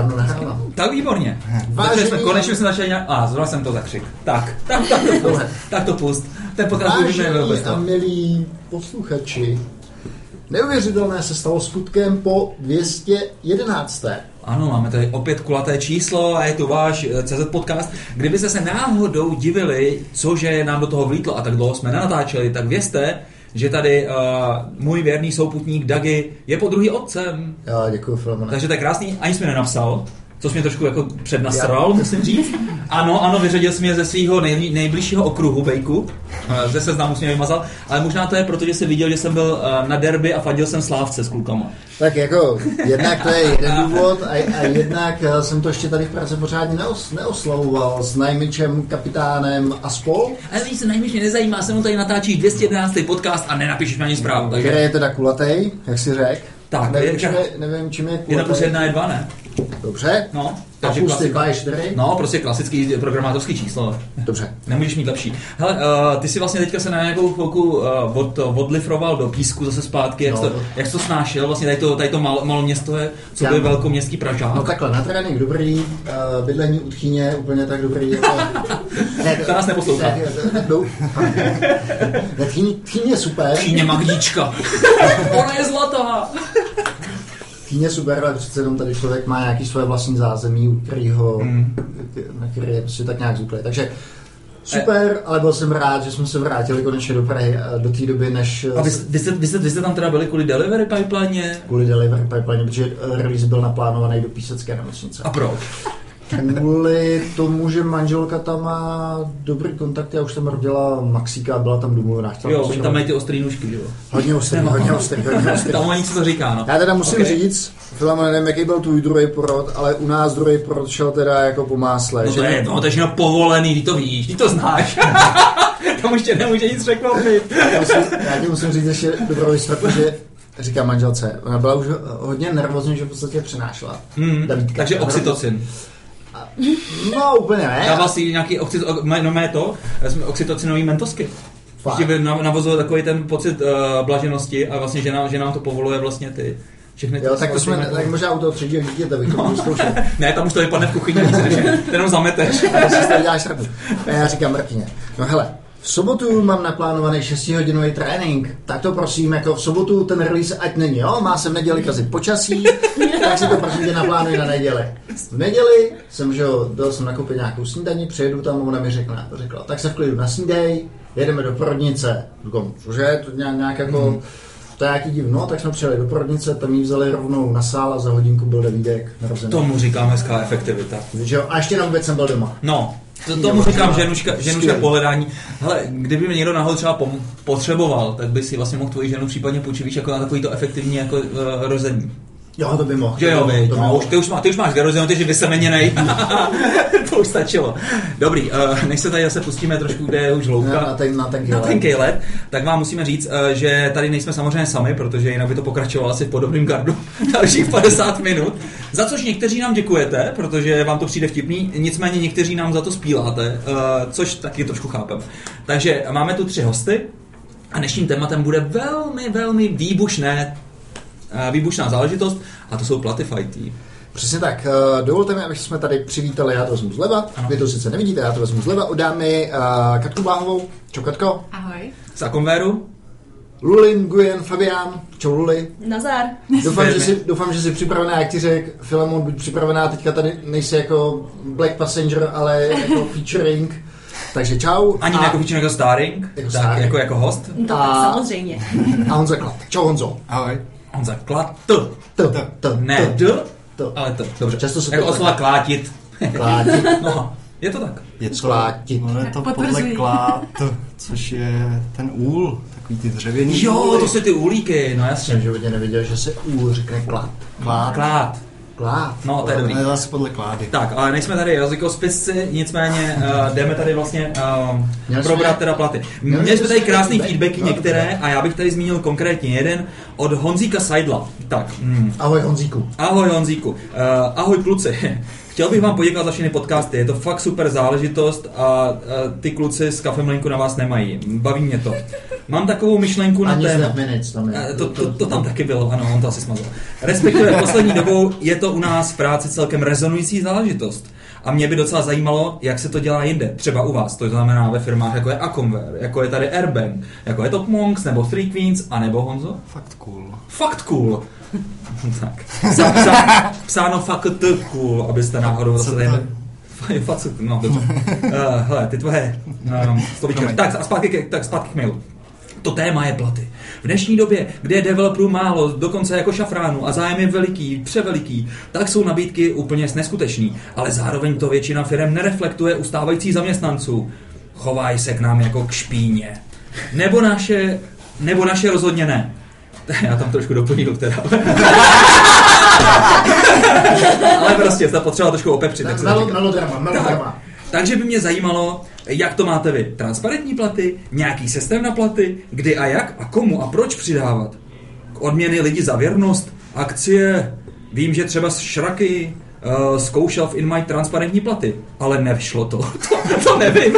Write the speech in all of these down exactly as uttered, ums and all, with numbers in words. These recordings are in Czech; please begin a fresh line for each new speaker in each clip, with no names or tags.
dávno nehrávám.
Tak výborně.
Vážení...
Jsme, konečně jsme začali nějak... A, zrovna jsem to zakřik. Tak, tak, tak to pust. tak to pust. Ten podcast už nebyl
a milí posluchači, neuvěřitelné se stalo skutkem po dvě stě jedenáct.
Ano, máme tady opět kulaté číslo a je tu váš C Z podcast. Kdybyste se náhodou divili, cože nám do toho vlítlo a tak dlouho jsme nenatáčeli, tak vězte, že tady uh, můj věrný souputník Dagi je po druhý otcem.
Já děkuji, Filmone.
Takže to je krásný, ani jsi mi nenapsal, což mě trošku jako přednasral, musím říct. Ano, ano, vyřadil jsi mě ze svého nej, nejbližšího okruhu bejku, ze seznamu jsi mě vymazal, ale možná to je proto, že jsi viděl, že jsem byl uh, na derby a fandil jsem Slávce s klukama.
Tak jako, jednak to je jeden důvod a, a jednak jsem to ještě tady v Praze pořádně neos, neoslavoval s Najmičem, kapitánem a spol.
Ale víš, se Najmič mě nezajímá, se mu tady natáčí dvě stě jedenáctý podcast a nenapíšeš na ní zprávu. Takže...
Který je teda kulatej, jak si řekl.
Tak,
nevím,
je,
čím je, nevím, čím je kulatej.
Jedna plus jedna je dva, ne?
Dobře.
No,
a plus ty dva je čtyři?
No, prostě klasický programátorský číslo.
Dobře.
Nemůžeš mít lepší. Hele, uh, ty si vlastně teďka se na nějakou chvilku uh, od, odlifroval do písku zase zpátky. Jak, no. to, jak jsi to snášel? Vlastně tady to, tady to mal, malo město je, co by velkoměstský Pražák.
No takhle, na trénink dobrý, uh, bydlení u Tchýně úplně tak dobrý. Jako...
ne, to, to nás neposlouchá.
Ne, ne, Tchýně je super.
Tchýně Magdíčka. Ona je zlatá.
Tchýně je super, ale přece jenom tady člověk má nějaký svoje vlastní zázemí, u kterého, mm. na který je prostě tak nějak zvyklý. Takže super, ale byl jsem rád, že jsme se vrátili konečně do Prahy do té doby, než...
A vy, vy, jste, vy, jste, vy jste tam teda byli kvůli delivery pipeline?
Kvůli delivery pipeline, protože release byl naplánovaný do Písecké nemocnice.
A proč?
Kvůli tomu, že manželka tam má dobrý kontakt, já už tam rodila Maxíka, byla tam domluvená.
Jo, oni tam mají ty ostrý nůžky, jo?
Hodně ostrý, no. hodně ostrý, hodně ostrý.
Tam ani co to říká, no.
Já teda musím
okay.
říct, Filmone, nevím, jaký byl tvůj druhý porod, ale u nás druhý porod šel teda jako po másle.
No
že
to je, no, to je povolený, ty to víš, ty to znáš. Tam už tě nemůže nic překvapit.
Já ti musím říct ještě dobrou věc, protože říkám manželce, ona byla už hodně nervózní, že v podstatě přenášela.
Mm, takže oxytocin.
No úplně ne.
Dával si nějaký oxytocin, no mé to, oxytocinový mentosky. Prostě navozoval takový ten pocit uh, blaženosti a vlastně, že nám, že nám to povoluje vlastně ty všechny ty...
Jo, tak to jsme, tak možná u toho třetího dítěte bych to zkoušel.
Ne, tam už to vypadne v kuchyni, ty jenom zameteš.
A to si to děláš srdu. A já říkám Martině, no hele, v sobotu mám naplánovaný šestihodinový trénink, tak to prosím, jako v sobotu ten release ať není, jo, má se v neděli kazit počasí, tak si to prosím tě naplánuji na neděli. V neděli jsem, že jo, dal jsem nakoupit nějakou snídaní, přijedu tam, ona mi řekla, řekla, tak se v klidu nasnídej, jedeme do porodnice. Říkám, cože, to nějak, nějak jako, mm. to je nějaký divno, tak jsme přijeli do porodnice, tam jí vzali rovnou na sál a za hodinku byl Davídek narozený.
Tomu říkám hezká efektivita.
Že jo, a ještě na vůbec jsem byl doma.
No. To, tomu říkám ženuška, ženuška pohledání. Hele, kdyby mi někdo náhodou třeba pom- potřeboval, tak by si vlastně mohl tvoji ženu případně půjčit, víš, jako na takový to efektivní jako uh, rození.
Jo, to by mohl.
Že jo, by, no, už, ty, už má, ty už máš vyrozenou, ty jsi vysemeněnej. To už stačilo. Dobrý, uh, než se tady zase pustíme trošku, kde je už hloubka.
Na, na, ten, na tenkej
na tenkej let. Tak vám musíme říct, uh, že tady nejsme samozřejmě sami, protože jinak by to pokračovalo asi v podobném gardu dalších padesát minut. Za což někteří nám děkujete, protože vám to přijde vtipný, nicméně někteří nám za to spíláte, uh, což taky trošku chápeme. Takže máme tu tři hosty a dnešním tématem bude velmi, velmi výbušné výbušná záležitost a to jsou platy fighty.
Přesně tak. Dovolte mi, abych jsme tady přivítali, já to vezmu zleva. Ano. Vy to sice nevidíte, já to vezmu zleva. Od dámy uh, Katku Bláhovou. Čau Katko.
Ahoj.
Z Akonvéru.
Lulin, Guyen, Fabián. Čau Luli.
Nazar.
Doufám, že jsi, doufám, že jsi připravená, jak ti řekl Filemon, buď připravená, teďka tady nejsi jako Black Passenger, ale jako featuring. Takže čau.
Ani a... jako featuring, jako starring.
Jako,
tak,
starring.
jako, jako host.
To a... tak samozřejmě.
A Honza Klad. Čau Honzo.
Ahoj.
Honza Klad. T.
T. T.
Ne D, ale T. Dobře.
Často se
jako oslova klátit.
Klátit.
No, je to tak.
Je to,
klátit.
No, je to podle klát, což je ten úl, takový ty dřevěný
Jo,
úly.
to jsou ty úlíky, no jasně.
Jsem životě neviděl, že se úl řekne klát.
Klát. Klát.
Klát.
No, to je dobrý.
To je zase podle klády.
Tak, ale nejsme tady jazykospisci, nicméně uh, jdeme tady vlastně uh, probrat teda platy. Měli jsme tady krásný feedbacky některé a já bych tady zmínil konkrétně jeden od Honzíka Seidla. Tak. Mm.
Ahoj Honzíku.
Ahoj Honzíku. Uh, ahoj kluci. Chtěl bych vám poděkovat za všechny podcasty, je to fakt super záležitost a uh, ty kluci z Kafe Mlýnku na vás nemají. Baví mě to. Mám takovou myšlenku na
Ani
téma.
Snap Minutes tam je.
To, to, to tam taky bylo, ano, on to asi smazal. Respektive poslední dobou je to u nás v práci celkem rezonující záležitost. A mě by docela zajímalo, jak se to dělá jinde. Třeba u vás, to znamená ve firmách, jako je Acomware, jako je tady Airbank, jako je Top Monks, nebo Three Queens, a nebo Honzo?
Fakt cool.
Fakt cool. Tak. Psa, psa, psáno fakt cool, abyste náhodou zase tady... Fakt no, dobře. Uh, hele, ty tvoje um, slovíčky. Tak, a zpátky, k, tak zpátky k mailu. To téma je platy. V dnešní době, kde je developerů málo, dokonce jako šafránu a zájem je veliký, převeliký, tak jsou nabídky úplně neskutečný. Ale zároveň to většina firem nereflektuje u stávajících zaměstnanců. Chovají se k nám jako k špíně. Nebo naše, nebo naše rozhodně ne. Já tam trošku doplnil teda. Ale prostě, ta potřeba trošku opepřit. Tak
melodrama, melodrama.
Takže by mě zajímalo, jak to máte vy. Transparentní platy, nějaký systém na platy, kdy a jak a komu a proč přidávat. Odměny lidi za věrnost, akcie. Vím, že třeba z Šraky uh, zkoušel v InMind transparentní platy, ale nevyšlo to. to, to nevím.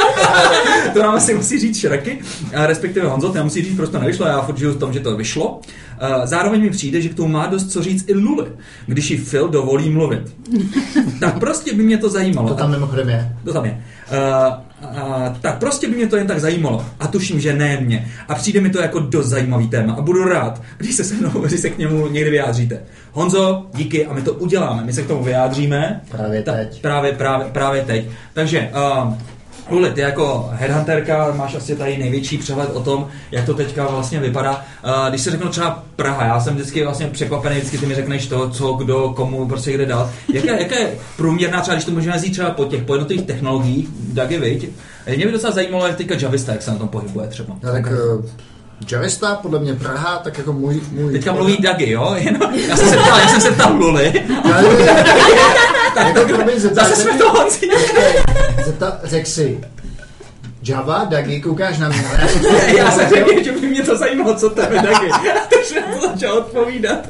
To nám asi musí říct Šraky, respektive Honzo, to musí říct, proč to nevyšlo, já furt žiju v tom, že to vyšlo. Zároveň mi přijde, že k tomu má dost co říct i Luli, když ji Phil dovolí mluvit. Tak prostě by mě to zajímalo.
To tam mimochodem je.
To tam je. Uh, uh, tak prostě by mě to jen tak zajímalo. A tuším, že ne mě. A přijde mi to jako dost zajímavý téma. A budu rád, když se se mnou, když se k němu někdy vyjádříte. Honzo, díky a my to uděláme. My se k tomu vyjádříme.
Právě
Ta,
teď.
Právě, právě, právě teď. Takže... Uh, Luli, ty jako headhunterka máš asi tady největší přehled o tom, jak to teďka vlastně vypadá. Když se řeknu třeba Praha, já jsem vždycky vlastně překvapený, vždycky ty mi řekneš to, co, kdo, komu, prostě kde dál. Jaká jaká je průměrná třeba, když to můžeme říct třeba po těch po jednotlivých technologiích, Dagi, viď? Mě by docela zajímalo, jak teďka Javista, jak se na tom pohybuje třeba.
No, tak uh, Javista, podle mě Praha, tak jako můj... můj
teďka mluví Dagi, jo? Jenom, já jsem se ptal, já jsem se ptal Luli.
Tak to promiň,
zase jsme to Honzi.
Řek si, Java, Dagi, koukáš na mě.
Já jsem řekl, že by mě to zajímalo, co tebe Dagi. Takže jsem to začal odpovídat.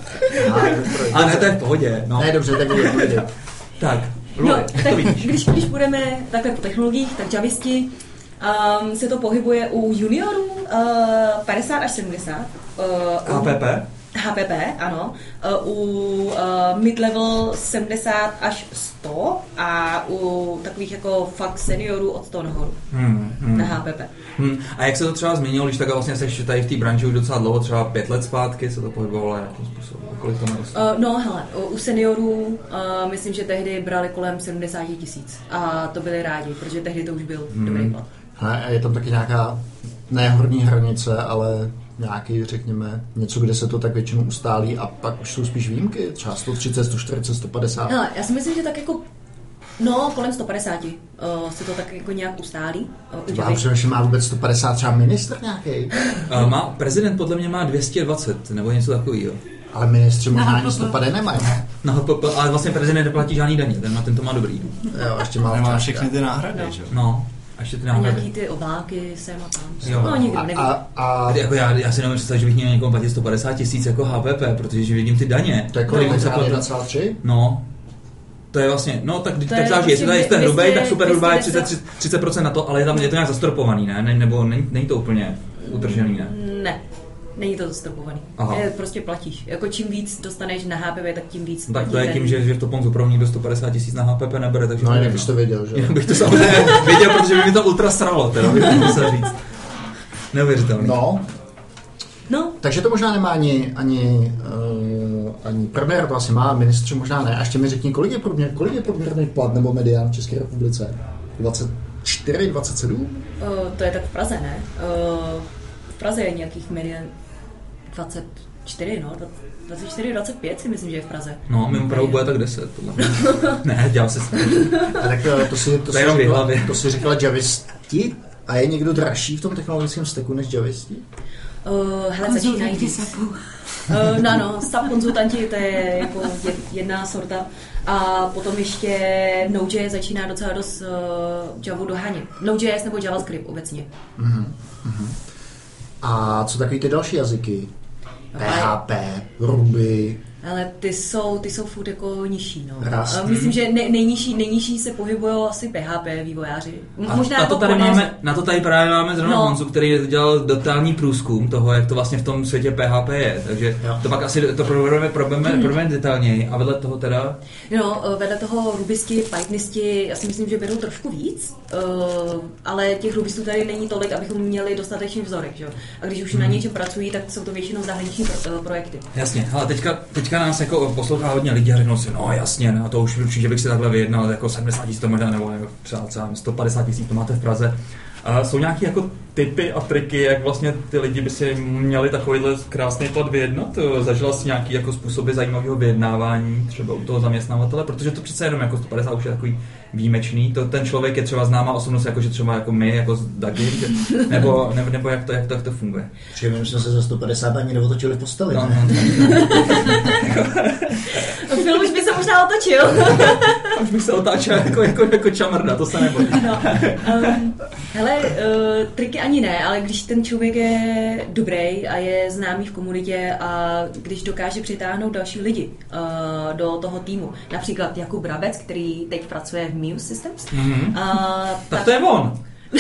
A ne, to je v pohodě. No.
Ne, dobře, tak budu odpovědět.
Tak, Luli,
no, tak když, když budeme takhle po technologiích, tak Javisti um, se to pohybuje u juniorů uh, padesát až sedmdesát. Uh,
H P P?
H P P, ano. Uh, u uh, mid-level sedmdesát až sto a u takových jako fakt seniorů od sto nahoru. Hmm, hmm. Na H P P.
Hmm. A jak se to třeba změnilo, když tak vlastně seš tady v té branži už docela dlouho, třeba pět let zpátky se to pohybovalo jakým způsobem? Kolik to uh,
no hele, u seniorů uh, myslím, že tehdy brali kolem sedmdesát tisíc a to byli rádi, protože tehdy to už byl hmm. dobrý plat.
Hele, je tam taky nějaká ne horní hranice, ale nějaký, řekněme, něco, kde se to tak většinou ustálí a pak už jsou spíš výjimky, třeba sto třicet, sto čtyřicet, sto padesát.
Hele, já si myslím, že tak jako, no, kolem sto padesát uh, se to tak jako nějak ustálí. Uh,
já přemýšlím, má vůbec sto padesát třeba ministr nějaký?
Uh, má, prezident podle mě má dvě stě dvacet, nebo něco takového.
Ale ministři možná ani sto padesát nemají.
No, ale vlastně prezident neplatí žádný daně, ten na ten to má dobrý.
Jo, ještě má,
má všechny ty náhrady,
no.
že?
No. A, ještě ty
a nějaký ty obálky sem a tam.
Jo.
No, nikdo neví.
A, a...
Jako já, já si nemůžu představit, že bych měl někomu platit sto padesát tisíc jako H P P, protože že vidím ty daně.
To je kolik, jedna celá tři?
No. To je vlastně, no tak, tak záleží, jestli tady jste hrubej, tak super hrubá je třicet procent na to, ale je tam je to nějak zastropovaný, ne? ne nebo není, není to úplně utržený, ne?
Ne. Není to zastropovaný. Je, prostě platíš. Jako čím víc dostaneš na H P P, tak tím víc.
No, tak to je tím, že, že v Toponzu opravdu někdo sto padesát tisíc na H P P nebere, takže...
No, jinak bych to věděl, že?
Já bych to samozřejmě věděl, protože by mi to ultra sralo, teda bych to musel říct. Neuvěřitelný.
No.
No.
Takže to možná nemá ani, ani, uh, ani premiér, to asi má, ministři možná ne. A ještě mi řekni, kolik je průměr, kolik je průměrný plat nebo medián v České republice? dvacet čtyři, dvacet sedm?
Uh, to je tak v Praze, ne? Uh, v Praze je nějakých medián dvacet čtyři, no, dvacet čtyři, dvacet pět si myslím, že je v Praze.
No, mimo Prahu bude tak deset. Ne, dělal se s
A tak to si, to, si říkala, to si říkala Javisti a je někdo dražší v tom technologickém steku než Javisti?
Uh, hele, začínají víc. Uh, no, no, stav konzultanti, to je jako jedna sorta. A potom ještě Node.js začíná docela dost uh, Javu dohánět. Node.js nebo JavaScript obecně.
Uh-huh, uh-huh. A co takový ty další jazyky? P H P, Ruby,
Ale ty jsou, ty jsou furt jako nižší, no.
Rast.
Myslím, že nej, nejnižší, nejnižší se pohybují asi P H P vývojáři.
A
Možná
na,
jako
to tady
ponéři.
máme, na to tady právě máme zrovna
No.
Honzu, který dělal detailní průzkum toho, jak to vlastně v tom světě P H P je. Takže
Jo.
to pak asi to probereme, probereme,
Hmm.
probereme detailněji. A vedle toho teda...
No, vedle toho rubisti, pythonisti, já si myslím, že berou trošku víc, uh, ale těch rubistů tady není tolik, abychom měli dostatečný vzorek, že? A když už
Hmm.
na něčem pracují, tak jsou to většinou zahraniční pro, uh, projekty.
Jasně, ale teďka, teďka nás jako poslouchá hodně lidí a řeknou si, no jasně, no, to už určitě bych si takhle vyjednal, jako sedmdesát tisíc to možná, nebo jako třeba sto padesát tisíc to máte v Praze. A jsou nějaké jako tipy a triky, jak vlastně ty lidi by si měli takovýhle krásný plat vyjednat? Zažila jsi nějaký jako způsoby zajímavého vyjednávání třeba u toho zaměstnavatele? Protože to přece jenom jako sto padesát už je takový výjimečný. To, ten člověk je třeba známá osobnost, jako že třeba jako my, jako s Dagi, že, nebo, nebo, nebo jak, to, jak, to, jak to funguje?
Přijeme, jsme se za sto padesát ani neotočili v posteli.
No,
ne?
no,
Film už by se možná otočil.
už bych se otáčel jako, jako, jako čamrda, to se nebojím.
No. Um, hele, uh, triky ani ne, ale když ten člověk je dobrý a je známý v komunitě a když dokáže přitáhnout další lidi uh, do toho týmu, například Jakub Brabec, který teď pracuje v Muse Systems.
Mm-hmm.
Uh,
Tak,
tak
to je on.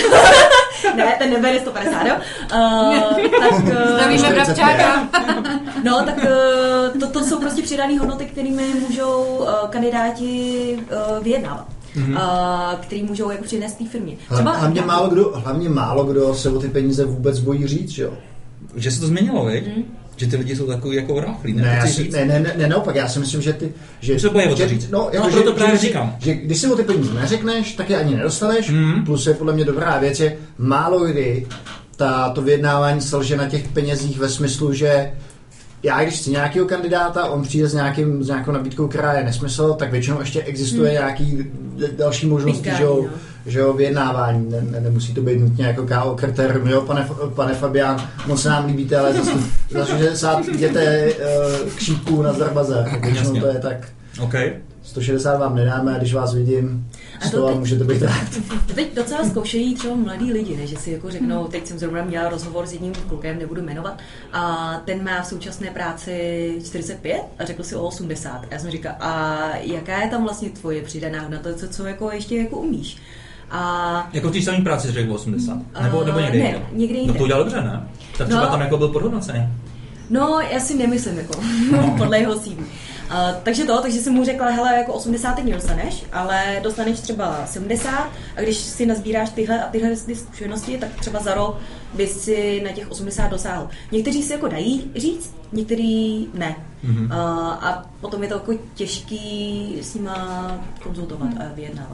ne, ten nebere sto padesát, jo? Uh, tak, uh,
Zdravíme Brabčáka.
No, tak uh, to, to jsou prostě přidané hodnoty, kterými můžou uh, kandidáti uh, vyjednávat. Mm-hmm. Uh, který můžou jako přinést té firmě.
Třeba, hlavně, málo kdo, hlavně málo kdo se o ty peníze vůbec bojí říct, že jo?
Že se to změnilo, viď?
Mm.
Že ty lidi jsou takový jako oráchlí, ne?
Ne, já
Chci
si,
říct.
ne, ne, ne, ne, naopak, já si myslím, že ty... Že,
Už se bojí o to
že,
říct.
No, jako,
No,
že,
proto právě
že,
říkám.
Že, když si o ty peníze neřekneš, tak je ani nedostaneš,
Mm.
plus je podle mě dobrá věc, je málo kdy ta, to vyjednávání selže na těch penězích ve smyslu, že já, když chci nějakého kandidáta, on přijde s, nějakým, s nějakou nabídkou, která je nesmysl, tak většinou ještě existuje hmm. nějaký další možnosti,
Píkání,
že jo,
no.
že jo, vyjednávání. Ne, ne, nemusí to být nutně jako K O kritérium. Jo, pane, pane Fabián, moc se nám líbíte, ale za, za šedesát jděte uh, k šípku na Zarbazách. Většinou to je tak.
Okay.
sto šedesát vám nedáme a když vás vidím, z toho můžete být rád.
To teď docela zkoušejí třeba mladí lidi, ne? Že si jako řeknou, teď jsem zrovna měla rozhovor s jedním klukem, nebudu jmenovat, a ten má v současné práci čtyřicet pět a řekl si o osmdesát. A já jsem říkala, a jaká je tam vlastně tvoje přidaná hodnota, co, co jako ještě jako umíš? A...
Jako v té samé práci jsi řekl osmdesát? Nebo, nebo někde
ne,
jinde?
někde jinde.
No to udělal dobře, ne? Tak třeba
No.
tam jako byl podhodnocený.
No, já si nemyslím, jako, podle jeho C V. Uh, takže to, takže jsem mu řekla, hele, jako osmdesát teď nedostaneš, ale dostaneš třeba sedmdesát a když si nazbíráš tyhle a tyhle zkušenosti, tak třeba za rok bys si na těch osmdesát dosáhl. Někteří si jako dají říct, někteří ne. Mm-hmm. Uh, a potom je to jako těžký s nima konzultovat a vyjednávat.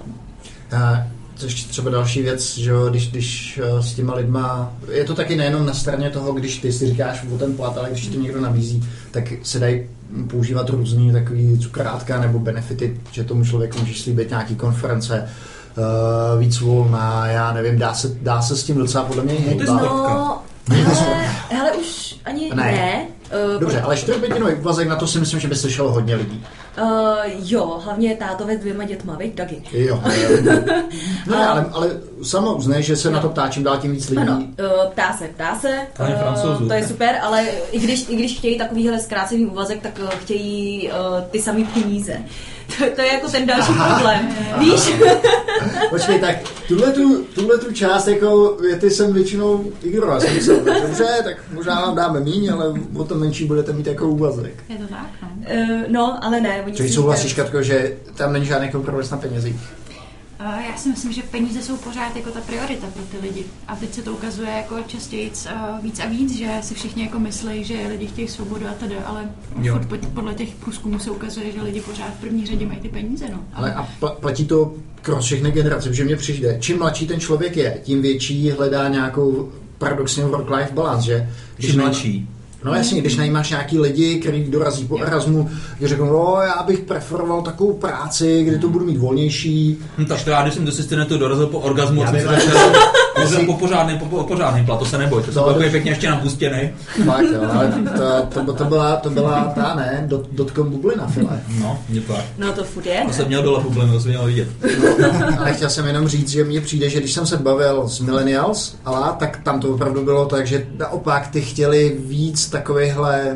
A což třeba další věc, že jo, když, když s těma lidma, je to taky nejenom na straně toho, když ty si říkáš o ten plat, ale když ti to někdo nabízí, tak se dají používat různý takový cukrátka nebo benefity, že tomu člověku můžeš slíbit nějaký konference, uh, víc volna, já nevím, dá se, dá se s tím docela podle mě hejbat.
No, hele, hele, už ani ne. ne. Uh,
Dobře, ale čtyřpětinový úvazek, na to si myslím, že by slyšelo hodně lidí.
Uh, jo, hlavně tátové s dvěma dětma, viď, Dagi?
Jo, jo. No, ale, ale sama uznej, že se no. na to ptá čím dál tím víc lidí.
Ano, uh, ptá se, ptá se, uh, to je super, ale i když, i když chtějí takovýhle zkrácený úvazek, tak uh, chtějí uh, ty samý peníze. To, to je jako ten další Aha. problém, víš?
Počkej, tak tuhle tu, tuhle tu část jako věty jsem většinou ignoroval. Jsem myslel, dobře, tak možná vám dáme míň, ale o tom menší budete mít jako úvazek.
Je to tak, no?
Uh, no, ale ne.
Čili souhlasíš, Katko, že tam není žádný kompromis na penězích?
Uh, já si myslím, že peníze jsou pořád jako ta priorita pro ty lidi. A teď se to ukazuje jako častěji uh, víc a víc, že si všichni jako myslí, že lidi chtějí svobodu a tedy, ale furt podle těch průzkumů se ukazuje, že lidi pořád v první řadě mají ty peníze. No.
Ale a platí to pro všechny generace, protože mně přijde, čím mladší ten člověk je, tím větší hledá nějakou paradoxně work-life balance, že?
Když čím mladší.
No jasně, když najímáš nějaký lidi, který dorazí po Erasmu, kdy řeknou, no já bych preferoval takovou práci, kdy to budu mít volnější.
Hm, tak to já, když jsem do systému dorazil po orgazmu, jsem si začal po pořádný, po, po pořádný plat, to se neboj, to jsem no, takový pěkně ještě napustěnej.
Fakt jo, ale to, to, to, byla, to byla ta, ne, dot, dotcom bublina, File.
No, je to tak.
No to furt je,
To jsem měl dole bublinu, to jsem měl vidět.
No, ale chtěl jsem jenom říct, že mně přijde, že když jsem se bavil s millennials, ale tak tam to opravdu bylo tak, že naopak ty chtěli víc takovýchhle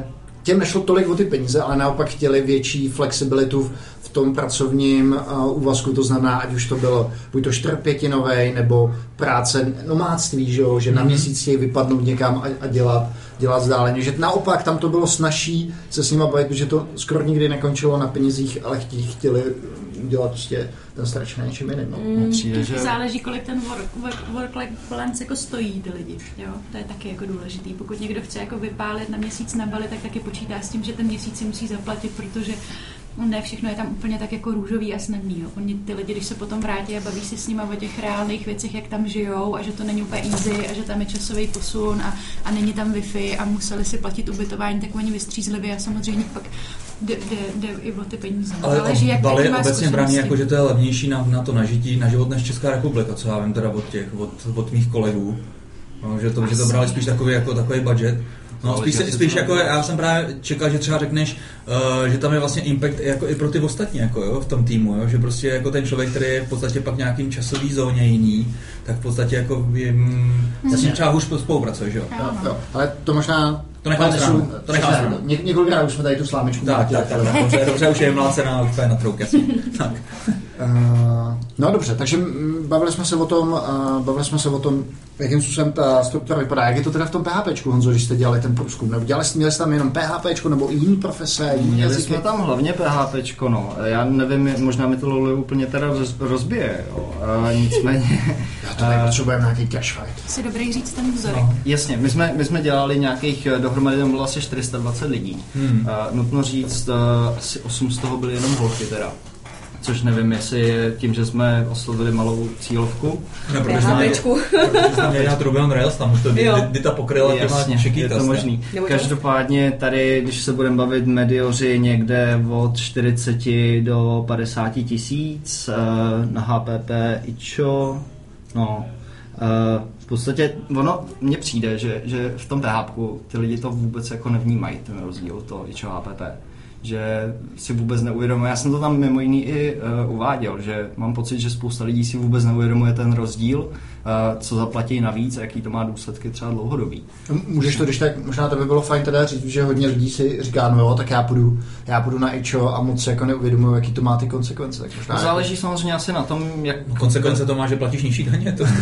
těm nešlo tolik o ty peníze, ale naopak chtěli větší flexibilitu v tom pracovním uh, úvazku, to znamená, ať už to bylo buď to čtvrtpětinovej, nebo práce nomádství, že, jo? Že na měsíc chtějí vypadnout někam a, a dělat, dělat vzdáleně. Že naopak tam to bylo snazší se s nima bavit, protože to skoro nikdy nekončilo na penězích, ale chtěli, chtěli dělat prostě ten stretch na něčem jiným. No.
Mm, Přijde, že... Záleží, kolik ten work-life balance jako stojí ty lidi. Jo? To je taky jako důležitý. Pokud někdo chce jako vypálit na měsíc na Bali, tak taky počítá s tím, že ten měsíc si musí zaplatit, protože ne všechno je tam úplně tak jako růžový a snadný. Jo. Oni ty lidi, když se potom vrátí a baví si s nima o těch reálných věcech, jak tam žijou a že to není úplně easy a že tam je časový posun a, a není tam Wi-Fi a museli si platit ubytování, tak oni vystřízlivě a samozřejmě pak jde, jde, jde i o ty peníze.
Ale záleží, jak Bali je obecně braný jako, že to je levnější na, na to nažití, na život než Česká republika, co já vím teda od těch, od, od mých kolegů. No, že, to, že to brali spíš takový, jako, takový budget. No, spíš, spíš jako, já jsem právě čekal, že třeba řekneš, uh, že tam je vlastně impact jako i pro ty ostatní jako, jo, v tom týmu, jo, že prostě jako ten člověk, který je v podstatě pak nějakým časový zóně jiný, tak v podstatě jako je, mm, vlastně třeba hůř spolupracuješ, jo.
Jo, jo. Ale to možná...
To nechám stranu, to nechám stranu.
Ně, několikrát už jsme tady tu slámičku
tak, tak, tak, tak, dobře, dobře, už je mlácená, už je na trouk, jasně. Tak.
Uh, no dobře, takže bavili jsme se o tom, uh, bavili jsme se o tom, jakým způsobem ta struktura vypadá. Jak je to teda v tom PHPčku, Honzo, když jste dělali ten průzkum? Nebo dělali jste, měli jste tam jenom PHPčko nebo i jiný profese? Jiný
měli
jazyky?
jsme tam hlavně PHPčko, no. Já nevím, možná mi to Loli úplně teda rozbije, jo. Uh, nicméně...
Já to tady potřebujeme nějaký cash fight.
Jsi dobrý říct ten vzorek.
No, jasně, my jsme, my jsme dělali nějakých, dohromady tam bylo asi čtyři sta dvacet lidí. Hmm. Uh, nutno říct, uh, asi osm z toho byly jenom holky teda. Což nevím, jestli je tím, že jsme oslovili malou cílovku.
No, protože jsme měli na Ruby on Rails, tam už to Dita pokryla těma šiký.
Je to možný. Každopádně tady, když se budeme bavit medioři někde od čtyřicet do padesát tisíc, na H P P, ičo, no... v podstatě ono mně přijde, že, že v tom P H P ty lidi to vůbec jako nevnímají, ten rozdíl, to ičo H P P. Že si vůbec neuvědomuje. Já jsem to tam mimo jiný i uh, uváděl, že mám pocit, že spousta lidí si vůbec neuvědomuje ten rozdíl, uh, co zaplatí navíc a jaký to má důsledky třeba dlouhodobý.
Můžeš to, když tak, možná to by bylo fajn teda říct, že hodně lidí si říká, no jo, tak já půjdu, já půjdu na ičo a moc se jako neuvědomuji, jaký to má ty konsekvence. Tak možná
záleží
jako...
samozřejmě asi na tom, jak...
No, konsekvence to má, že platíš nižší daně, to,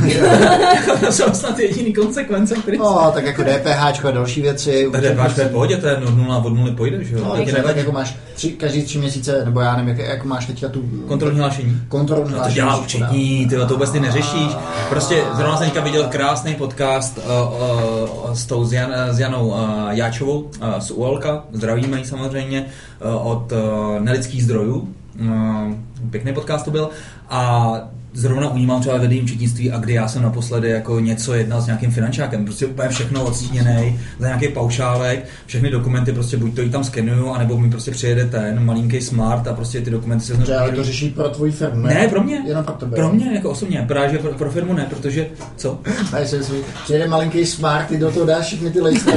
to jsou snad jediný konsekvence, který...
No, tak jako DPHčko a další věci.
Tak DPHčko je v pohodě, to je od nula od nuly půjdeš, jo?
No, tak jako máš tři, každý tři měsíce, nebo já nevím, jak, jak máš teďka tu...
Kontrolní hlášení.
Kontrolní
no, to dělá účetní, ty to vůbec ty neřešíš. Prostě zrovna jsem teďka viděl krásný podcast uh, uh, s tou s, Jan, s Janou uh, Jáčovou uh, z U L K, zdravíme ji samozřejmě, uh, od uh, nelidských zdrojů. Uh, pěkný podcast to byl. A zrovna u ní mám třeba vedení účetnictví a kdy já jsem naposledy jako něco jednal s nějakým finančákem, prostě úplně všechno odstíněnej, za nějaký paušálek, všechny dokumenty prostě buď to jí tam skenuju, anebo mi prostě přijede ten malinký smart a prostě ty dokumenty se
znovu... Ale to řeší pro tvoji firmu, ne?
Ne, pro mě.
Jenom pro tebe.
Pro mě, jako osobně, právě že pro, pro firmu ne, protože, co?
Ne, jsem svůj, přijede malinký smart, ty do toho dáš všechny ty listy.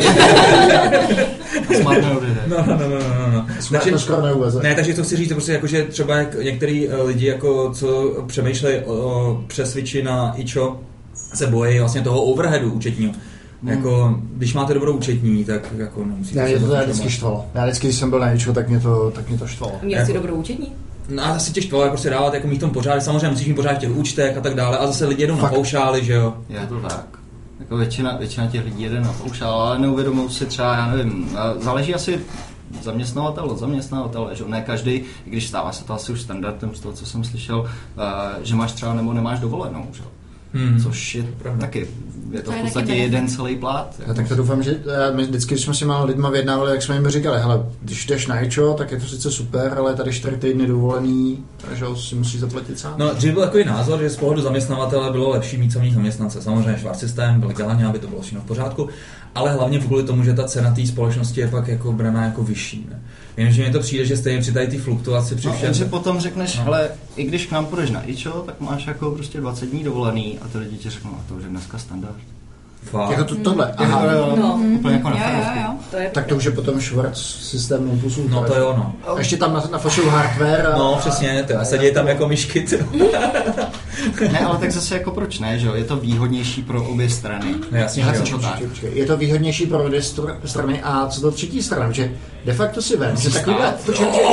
Smart neuvede.
No, no, no, no, no.
Smart to skoro neuveze.
Ne, takže to chci říct, prostě jako, že třeba jak některý lidi, jako, co přemýšlejí o přesviči na ičo, se bojí vlastně toho overheadu účetního. Hmm. Jako, když máte dobrou účetní, tak jako nemusíte...
Ne, mě to teda vždycky štvalo. Já vždycky, když jsem byl na ičo, tak mě to, tak mě to štvalo.
Měl jsi dobrou účetní?
No a asi tě štvalo, prostě dávat jako mít tom pořád, samozřejmě musíš mít pořád v těch účtech a tak dále, a zase lidi jedou Fakt. na paušály, že jo?
Je to tak. Jako většina, většina těch lidí jede na paušál, ale neuvědomují si třeba, já nevím, záleží asi zaměstnavatel od zaměstnavatele, že ne každý, i když stává se to asi už standardem z toho, co jsem slyšel, že máš třeba nebo nemáš dovolenou, že? Hmm. Což je pravda. Taky, je to, to v podstatě jeden celý plát.
Já tak to doufám, že my vždycky, když jsme si mal lidma vyjednávali, jak jsme jim říkali, hele, když jdeš na ičo, tak je to sice super, ale tady čtyři týdny dovolený, takže si musíš zaplatit sám.
No, dřív byl takový názor, že z pohledu zaměstnavatele bylo lepší mít samý zaměstnance. Samozřejmě švart systém, byl legálně, aby to bylo všechno v pořádku, ale hlavně kvůli tomu, že ta cena té společnosti je pak jako braná jako vyšší. Ne? Jenže mi to přijde, že stejně při tady ty fluktuaci při všem.
No, že potom řekneš, no. Ale i když k nám půjdeš na ičo, tak máš jako prostě dvacet dní dovolený a ty lidi ti řeknou, a to už je dneska standard.
Fakt. Jako to, tohle, aha,
jo, no. Úplně jako na
jo, jo, jo.
To je
tak to už je potom švart systém impulsů.
No to jo, no.
A ještě tam na, na fashion hardware. A...
No přesně, ty, a sedí tam jako myšky.
Ne, ale tak zase jako proč ne, že jo? Je to výhodnější pro obě strany.
No jasně,
Ale
že
co,
jo.
počkej, počkej. Je to výhodnější pro obě str- strany a co to třetí strana, že de facto si vem, že takovýhle... Počkej, počkej.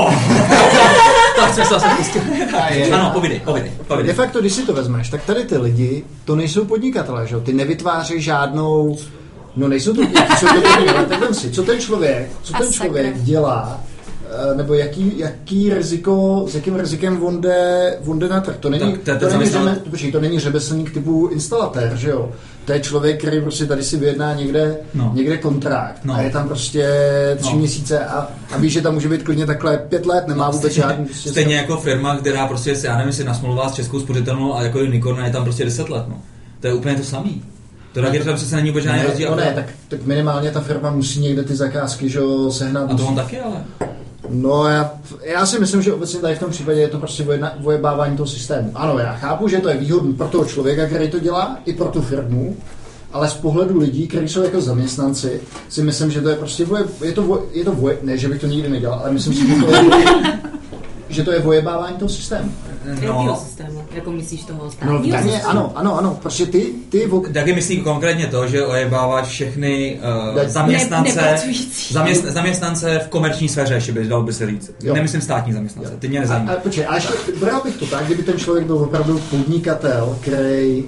Tak jsme se zase pustili. Ano, povídej, povídej,
De
povídej.
facto, když si to vezmeš, tak tady ty lidi, to nejsou podnikatelé, že jo? Ty nevytváří žádnou... No nejsou to, jaký jsou to podnikatelé, tak vem si, co ten člověk, co ten člověk dělá, nebo jaký, jaký riziko, s jakým rizikem on jde, on jde na trh. To není,
Tak, to,
to, není řeme, počkej, to není řemeslník typu instalatér, že jo? To je člověk, který prostě tady si vyjedná někde, no. někde kontrakt no. a je tam prostě tři no. měsíce a, a víš, že tam může být klidně takhle pět let, nemá no, vůbec stejně, žádný... Prostě
stejně stav... jako firma, která prostě, já nevím, si nasmluvá s Českou spořitelnou a jako Unicorn je tam prostě deset let, no. To je úplně to samý. To taky to přece není žádný rozdíl.
No ne, tak, tak minimálně ta firma musí někde ty zakázky, že jo, sehnat.
A to on taky, ale...
No já, já si myslím, že obecně tady v tom případě je to prostě vojena, vojebávání toho systému. Ano, já chápu, že to je výhodné pro toho člověka, který to dělá, i pro tu firmu, ale z pohledu lidí, kteří jsou jako zaměstnanci, si myslím, že to je prostě voje, je to, voje, je to voje, ne, že bych to nikdy nedělal, ale myslím si, že to je, že to je vojebávání toho systému.
Jakýho no. systému? Jako myslíš toho státního
no, daně,
systému?
Ano, ano, ano, prostě ty... ty vo...
Taky myslím konkrétně to, že ojebáváš všechny uh, zaměstnance, ne, zaměstn, zaměstnance v komerční sféře, ještě by, dal by se říct. Jo. Nemyslím státní zaměstnance, ty mě nezajímá.
A, a počkej, a ještě bral bych to tak, kdyby ten člověk byl opravdu podnikatel, který...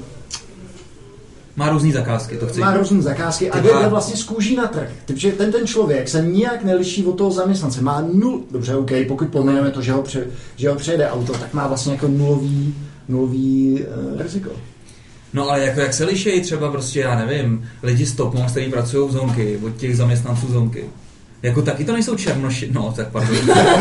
Má různý zakázky, to chci.
Má různý zakázky a jde vlastně z kůží na trh. Takže ten, ten člověk se nijak neliší od toho zaměstnance. Má nul, dobře, OK, pokud pomenujeme to, že ho, pře, že ho přejede auto, tak má vlastně jako nulový, nulový uh, riziko.
No ale jako jak se liší třeba prostě, já nevím, lidi z Topmon, kteří pracují v Zonky, od těch zaměstnanců Zonky. Jako taky to nejsou černoši, no tak pardon.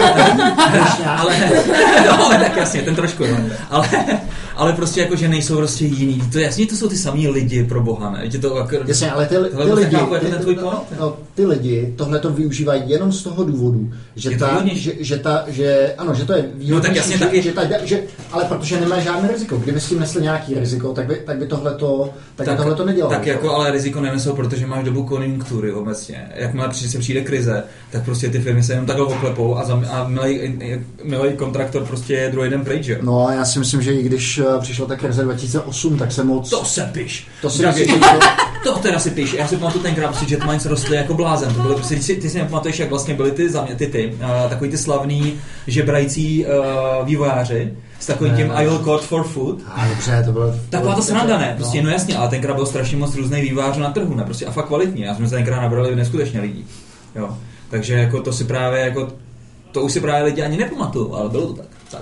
ale, no, tak jasně, ten trošku, no. Ale, ale prostě jako, že nejsou prostě jiný. To jasně, to jsou ty samý lidi, pro boha, ne? Je to jako,
jasně, ale ty, ty lidi, chápu, ty, ten tvůj no, no, ty lidi tohle to využívají jenom z toho důvodu, že ta, že, že ta, že, ano, že to je výhodnější,
no, tak jasně,
že,
taky...
že ta, že, ale protože nemá žádné riziko. Kdyby s tím nesl nějaký riziko, tak by, tak by tohleto, tak tak, by tohleto nedělalo.
Tak jako, ale riziko nenesou, protože máš dobu konjunktury obecně. Jakmile se přijde krize, tak prostě ty firmy se jenom takhle oklepou a, zam, a milej, milej kontraktor prostě je druhý den pryč, jo?
No, já si myslím, že i když přišla ta krize dva tisíce osm, tak se moc...
To se piš!
To si
Dragi, to, to teda si piš. Já si pamatuju tenkrát, prostě Jetmines rostly jako blázen. To byly, prostě, ty, ty si nepamatuješ, jak vlastně byly ty, ty, ty, ty uh, takový ty slavný žebrající uh, vývojáři s takovým tím I will court for food.
A dobře, to bylo...
Taková ta sranda, ne? Prostě, no jasně, ale tenkrát bylo strašně moc různých vývojářů na trhu, ne? Prostě a fakt kvalitně. Já jsme se tenkrát nabrali neskutečně lidí. Jo. Takže jako to si právě jako to už si právě lidi ani nepamatují, ale bylo to tak. tak.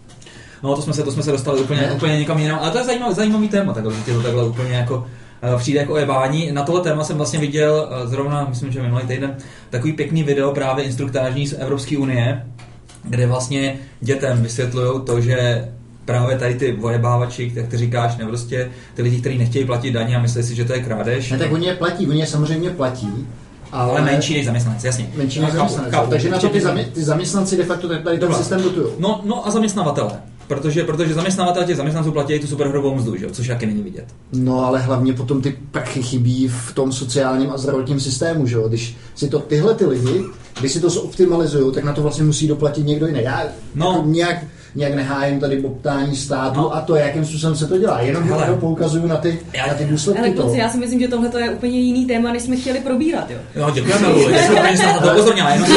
No to jsme se to jsme se dostali úplně úplně někam jinam, ale to je zajímavý, zajímavý téma, takhle, že to takhle úplně jako uh, přijde jako ojebání. Na tohle téma jsem vlastně viděl uh, zrovna, myslím, že minulý týden takový pěkný video právě instruktážní z Evropské unie, kde vlastně dětem vysvětlují to, že právě tady ty vojebávači, jak ty říkáš, ne prostě ty lidi, kteří nechtějí platit daně a myslí si, že to je krádež.
Ne, tak oni je platí, oni je samozřejmě platí.
Ale, ale menší než zaměstnanci, jasně.
Menší než zaměstnanci, takže na to ty, zamě, ty zaměstnanci de facto tady ten systém dotujou.
No, no a zaměstnavatele. Protože, protože zaměstnavatele těch zaměstnanců platí tu superhrubou mzdu, že? Což taky není vidět.
No ale hlavně potom ty prachy chybí v tom sociálním a zdravotním systému, že? Když si to tyhle ty lidi, když si to zoptimalizují, tak na to vlastně musí doplatit někdo jiný. Já no. jako nějak, nějak nehájím tady bobtání státu no. a to, jakým způsobem se to dělá. Jenom hele, poukazuju na ty, já, na ty důsledky
ale
toho.
Ale já si myslím, že tohle je úplně jiný téma, než jsme chtěli probírat, jo.
Jo, děkujeme, Luli, já jsem úplně snad na to upozornila, jenom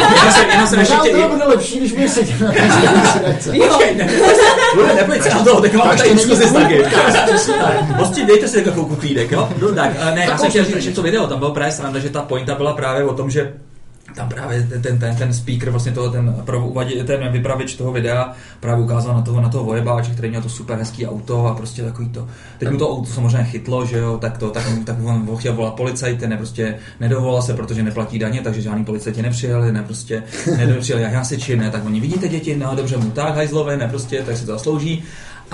jsem ještě...
Možná to bude lepší, když budeš sedět na té
Jo.
Luli, nepojď se na toho, tak máme tady diskuzi s taky. Hosti, dejte si takovou kutlídek, jo. Tak, ne, já jsem chtěl říct ještě to video, tam bylo právě sranda, že ta pointa byla právě o tom, že tam právě ten, ten, ten speaker, vlastně toho, ten, ten vypravěč toho videa právě ukázal na toho, na toho vojebáče, který měl to super hezký auto a prostě takový to. Teď mu to auto samozřejmě chytlo, že jo, tak to, tak, tak on chtěl volat policajty, ne prostě nedovolal se, protože neplatí daně, takže žádný policajti nepřijeli, ne prostě nepřijeli hasiči, ne, tak oni vidíte děti, no dobře mu tak, hajzlové, ne prostě, tak si to zaslouží.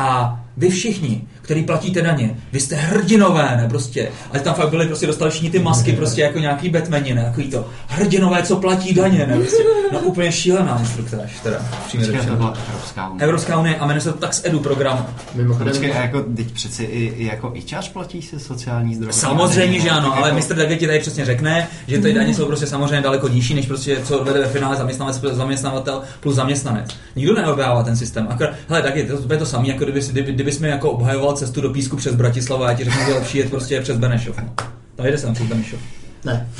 A vy všichni, který platíte daně, vy jste hrdinové, ne, prostě. A tam fakt byli, prostě dostali všichni ty masky, prostě jako nějaký Batmani, ne, takový to hrdinové, co platí daně, ne, prostě. No úplně šílená instruktáž, teda.
To byla Evropská unie.
Evropská unie a jmenuje se to Tax Edu program.
Počkej, a jako teď přeci i, i jako ičář platí se sociální zdravotní.
Samozřejmě, že ano, ale mister David ti tady přesně řekne, že ty daně jsou prostě samozřejmě daleko nižší, než prostě co odvede ve finále zaměstnavatel, zaměstnavatel plus zaměstnanec. Nikdo neobjává ten systém. Akorát, hele, tak je to, je to samý, jako kdyby, kdyby, kdybys mi jako obhajoval cestu do Písku přes Bratislavu, já ti řeknu, že lepší jet prostě přes Benešov. No. Tady jde sem přes Benešov.
Ne.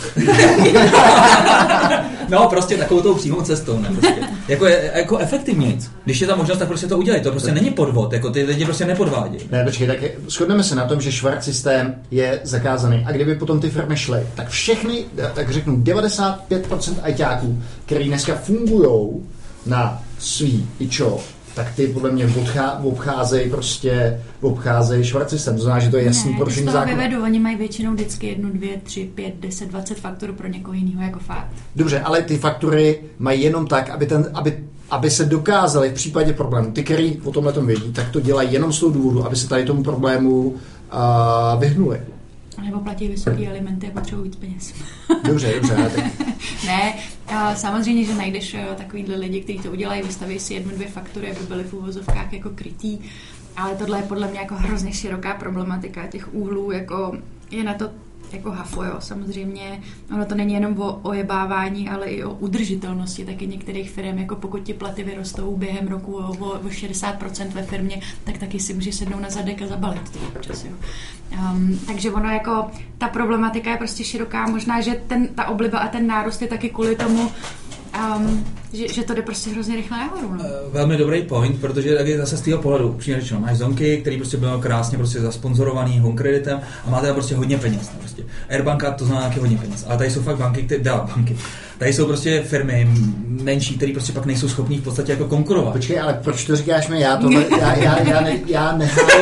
No, prostě takovou tou přímou cestou, ne, prostě. Jako, jako efektivnějc. Když je ta možnost, tak prostě to udělají. To prostě není podvod, jako ty lidi prostě nepodvádějí.
Ne, počkej, tak je, shodneme se na tom, že švart systém je zakázaný. A kdyby potom ty firmy šly, tak všechny, tak řeknu, devadesát pět procent ajťáků, který dneska fungujou na svý ičo, tak ty podle mě odchá, obcházejí prostě, obcházejí švart systém. To znamená, že to je jasný porušení zákona.
Ne, vyvedu, oni mají většinou vždycky jednu, dvě, tři, pět, deset, dvacet faktur pro někoho jiného jako fakt.
Dobře, ale ty faktury mají jenom tak, aby, ten, aby, aby se dokázali v případě problému. Ty, který o tomhletom vědí, tak to dělají jenom z toho důvodu, aby se tady tomu problému uh, vyhnuli.
Nebo platí vysoký alimenty a potřebují víc peněz.
Dobře, dobře. Tak...
ne, samozřejmě, že najdeš takovýhle lidi, kteří to udělají, vystaví si jednu, dvě faktury, aby byly v uvozovkách jako krytý, ale tohle je podle mě jako hrozně široká problematika těch úhlů, jako je na to jako hafo, jo. Samozřejmě ono to není jenom o ojebávání, ale i o udržitelnosti taky některých firm, jako pokud ti platy vyrostou během roku o, o šedesát procent ve firmě, tak taky si můžeš sednout na zadek a zabalit to občas, jo. Um, takže ono jako, ta problematika je prostě široká, možná, že ten, ta obliba a ten nárůst je taky kvůli tomu, Um, že, že to jde prostě hrozně rychle nahoru. No?
Velmi dobrý point, protože taky zase z toho pohledu, upřímně řečeno, máš zonky, který prostě byl krásně prostě zasponzorovaný home kreditem a máte tam prostě hodně peněz. Prostě. Airbanka to znamená taky hodně peněz, ale tady jsou fakt banky, které dá banky. Tady jsou prostě firmy menší, které prostě pak nejsou schopní v podstatě jako konkurovat.
Počkej, ale proč to říkáš mi? Já tohle, já, já, já, ne, já nehájím,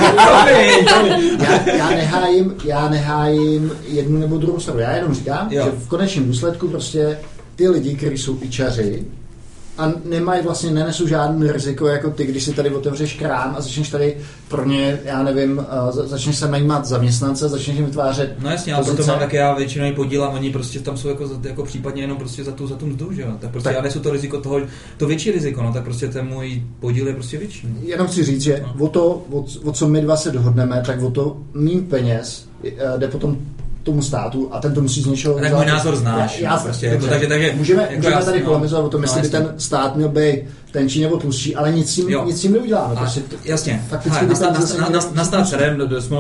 já, já nehájím, já nehájím jednu nebo druhou stranu. Já jenom říkám, jo. že v konečném důsledku prostě ty lidi, kteří jsou ičaři a nemají vlastně, nenesou žádný riziko jako ty, když si tady otevřeš krám a začneš tady pro ně, já nevím, uh, začneš se najímat zaměstnance, začneš jim vytvářet
no jasně, ale proto mám tak já většinou i podílám, oni prostě tam jsou jako, jako případně jenom prostě za tu, za tu mzdu, že jo, tak prostě tak. Já nesu to riziko toho, to větší riziko, no tak prostě ten můj podíl je prostě větší. No.
Jenom chci říct, že no. o to, o, o co my dva se dohodneme, tak o to míň peněz jde potom tomu státu a ten to musí z něčeho...
Tak můj názor znáš. Já, já prostě, jako, takže, takže,
můžeme
jako
můžeme
jasný,
tady
no,
polemizovat o tom, jestli
no,
by ten stát měl být tenčí nebo tlustší, ale nic tím, nic tím neuděláme. Prostě
to, jasně. Fakticky nastát předem,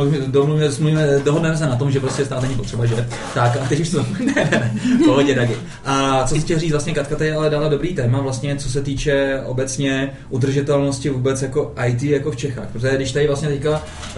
dohodneme se na tom, že prostě stát není potřeba, že? Tak a teď už to... ne, ne, ne, pohodě, taky. A co si chtěl říct, vlastně Katka tady ale dala dobrý téma, vlastně, co se týče obecně udržitelnosti vůbec jako í té jako v Čechách. Protože když tady vlastně teďka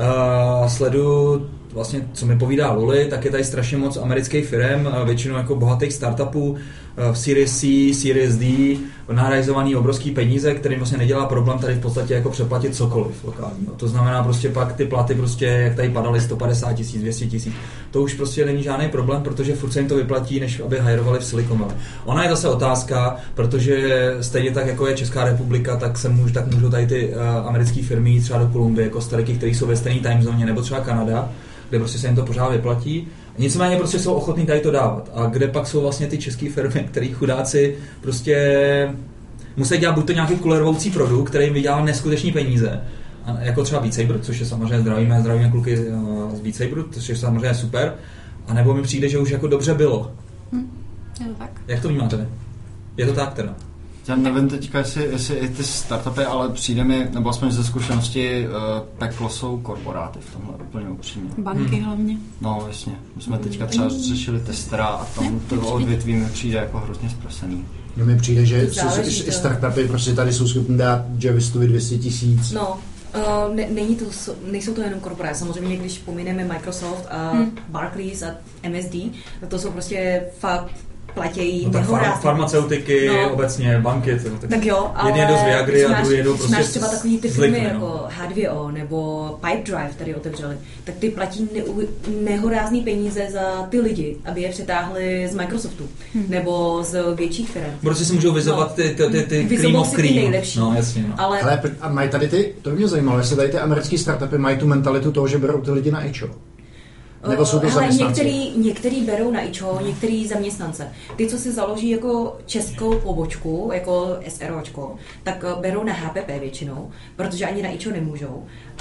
uh, sleduju vlastně, co mi povídá Luli, tak je tady strašně moc amerických firm, většinou jako bohatých startupů, v Series C, Series D, nahrajzovaný obrovský peníze, kterým vlastně nedělá problém tady v podstatě jako přeplatit cokoliv lokálního. To znamená prostě pak ty platy prostě, jak tady padaly sto padesát tisíc, dvě stě tisíc, to už prostě není žádný problém, protože furt se jim to vyplatí, než aby hajrovali v Silicon Valley. Ona je zase otázka, protože stejně tak, jako je Česká republika, tak se můžou, tak můžou tady ty uh, americké firmy třeba do Kolumbie, jako Stariky, které jsou ve stejné time zóně, nebo třeba Kanada, kde prostě se jim to pořád vyplatí. Nicméně prostě jsou ochotní tady to dávat. A kde pak jsou vlastně ty české firmy, který chudáci prostě musí dělat buď to nějaký kulervoucí produkt, který jim vydělá neskutečný peníze, a jako třeba Beat Saber, což je samozřejmě zdravíme, zdravíme kluky z Beat Saberu, což je samozřejmě super, a nebo mi přijde, že už jako dobře bylo.
Hm, je to tak.
Jak to vnímáte? Je to tak teda?
Já nevím teďka, jestli, jestli i ty startupy, ale přijde mi, nebo aspoň ze zkušenosti, uh, peklo jsou korporáty v tomhle úplně upřímně.
Banky hmm. hlavně.
No jasně, my jsme teďka třeba řešili testera a tam to odvětví mi přijde jako hrozně zprasený.
No mi přijde, že záleží, i startupy prostě tady jsou schopni dát Javistovi dvě stě tisíc.
No. Uh, ne, není to, nejsou to jenom korporáty. Samozřejmě, když pomineme Microsoft a hmm. Barclays a M S D, to jsou prostě fakt platějí
no,
nehorázný.
Farmaceutiky, no. obecně banky.
Tak, tak jo, ale
jedni jedou z Viagry a druhý jedou prostě
máš třeba takový ty firmy
no.
jako H dvě O nebo Pipedrive tady otevřeli, tak ty platí ne, nehorázný peníze za ty lidi, aby je přetáhli z Microsoftu hmm. nebo z větších firm.
Protože si můžou vyzovat no. ty, ty, ty, ty cream of cream.
Nejlepší.
No, jasně, no.
Ale... ale a mají tady ty, to by mě zajímalo, jestli tady ty americké startupy mají tu mentalitu toho, že berou ty lidi na ičo. Nebo jsou to
hele,
zaměstnanci?
Některý, některý berou na ičo, některý zaměstnance. Ty, co si založí jako českou pobočku, jako SROčko, tak berou na H P P většinou, protože ani na ičo nemůžou.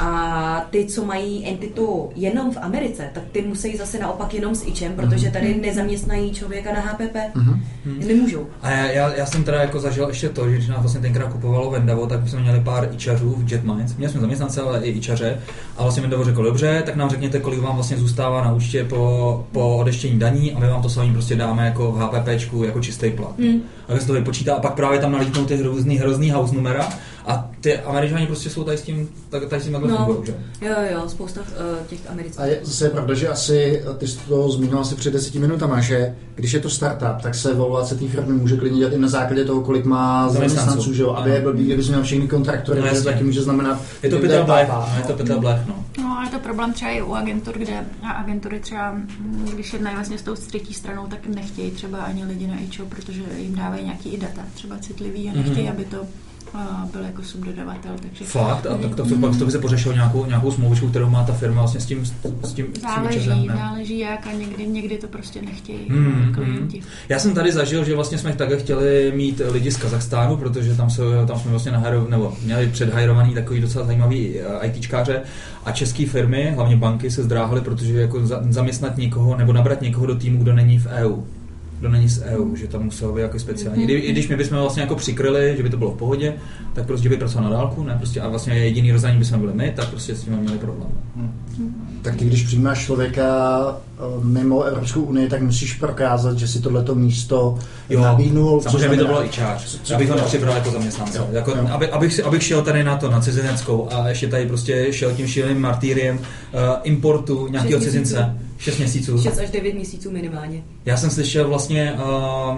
A ty, co mají entitu jenom v Americe, tak ty musí zase naopak jenom s ičem, protože tady nezaměstnají člověka na H P P. Mm-hmm. Nemůžou.
A já, já, já jsem teda jako zažil ještě to, že když nás vlastně tenkrát kupovalo Vendavo, tak jsme měli pár ičařů v JetMinds. Měli jsme zaměstnance, ale i ičaře. A vlastně Vendavo řekl, dobře, tak nám řekněte, kolik vám vlastně zůstává na účtě po, po odeštění daní a my vám to samý prostě dáme jako v HPPčku, jako čistý plat. Mm. A se to vypočítá a pak právě tam nalítnou ty hrozný, hrozný house numera a ty Američani prostě jsou tady s tím, tady s tím takhle
no,
fungují, že?
Jo, jo, spousta uh, těch Amerických.
A je zase pravda, že asi, ty jsi to zmínil asi před deseti minutama, že když je to startup, tak se volvace té firmy může klidně dělat i na základě toho, kolik má zaměstnanců, že jo, aby je blbý, kdyby měl všechny kontraktory, no, to taky může znamenat...
Je to Peter Blech, je to Peter Blech, no.
No, ale je to problém třeba i u agentur, kde a agentury třeba, když jednají vlastně s tou třetí stranou, tak nechtějí třeba ani lidi na ičo, protože jim dávají nějaký i data, třeba citlivý a nechtějí, mm-hmm. aby to byl jako subdodavatel. Takže
fakt? A tak to, to, to by se pořešilo nějakou, nějakou smlouvičku, kterou má ta firma vlastně s tím, s tím,
záleží,
s tím časem,
záleží jak a někdy, někdy to prostě nechtějí
hmm,
klienti.
Hmm. Já jsem tady zažil, že vlastně jsme takhle chtěli mít lidi z Kazachstánu, protože tam, se, tam jsme vlastně nahajrov, nebo měli předhajrovaný takový docela zajímavý ITčkáře a české firmy, hlavně banky, se zdráhaly, protože jako za, zaměstnat někoho nebo nabrat někoho do týmu, kdo není v E U. Kdo není z E U, že tam muselo být jako speciální. I, I když my bychom vlastně jako přikryli, že by to bylo v pohodě, tak prostě by pracoval na dálku, ne? Prostě a vlastně jediný rozhraní bychom byli my, tak prostě s tím měli problém.
Hmm. Tak ty, když přijímáš člověka mimo Evropskou unii, tak musíš prokázat, že si tohleto místo jo, nabídnul.
Samozřejmě by to bylo i čář. Já bych to nepřibral jako zaměstnance. Jo, jako, jo. Aby, abych, abych šel tady na to, na cizineckou a ještě tady prostě šel tím šíleným martýriem uh, importu nějakého cizince. šest měsíců.
šest až devět měsíců minimálně.
Já jsem slyšel vlastně uh,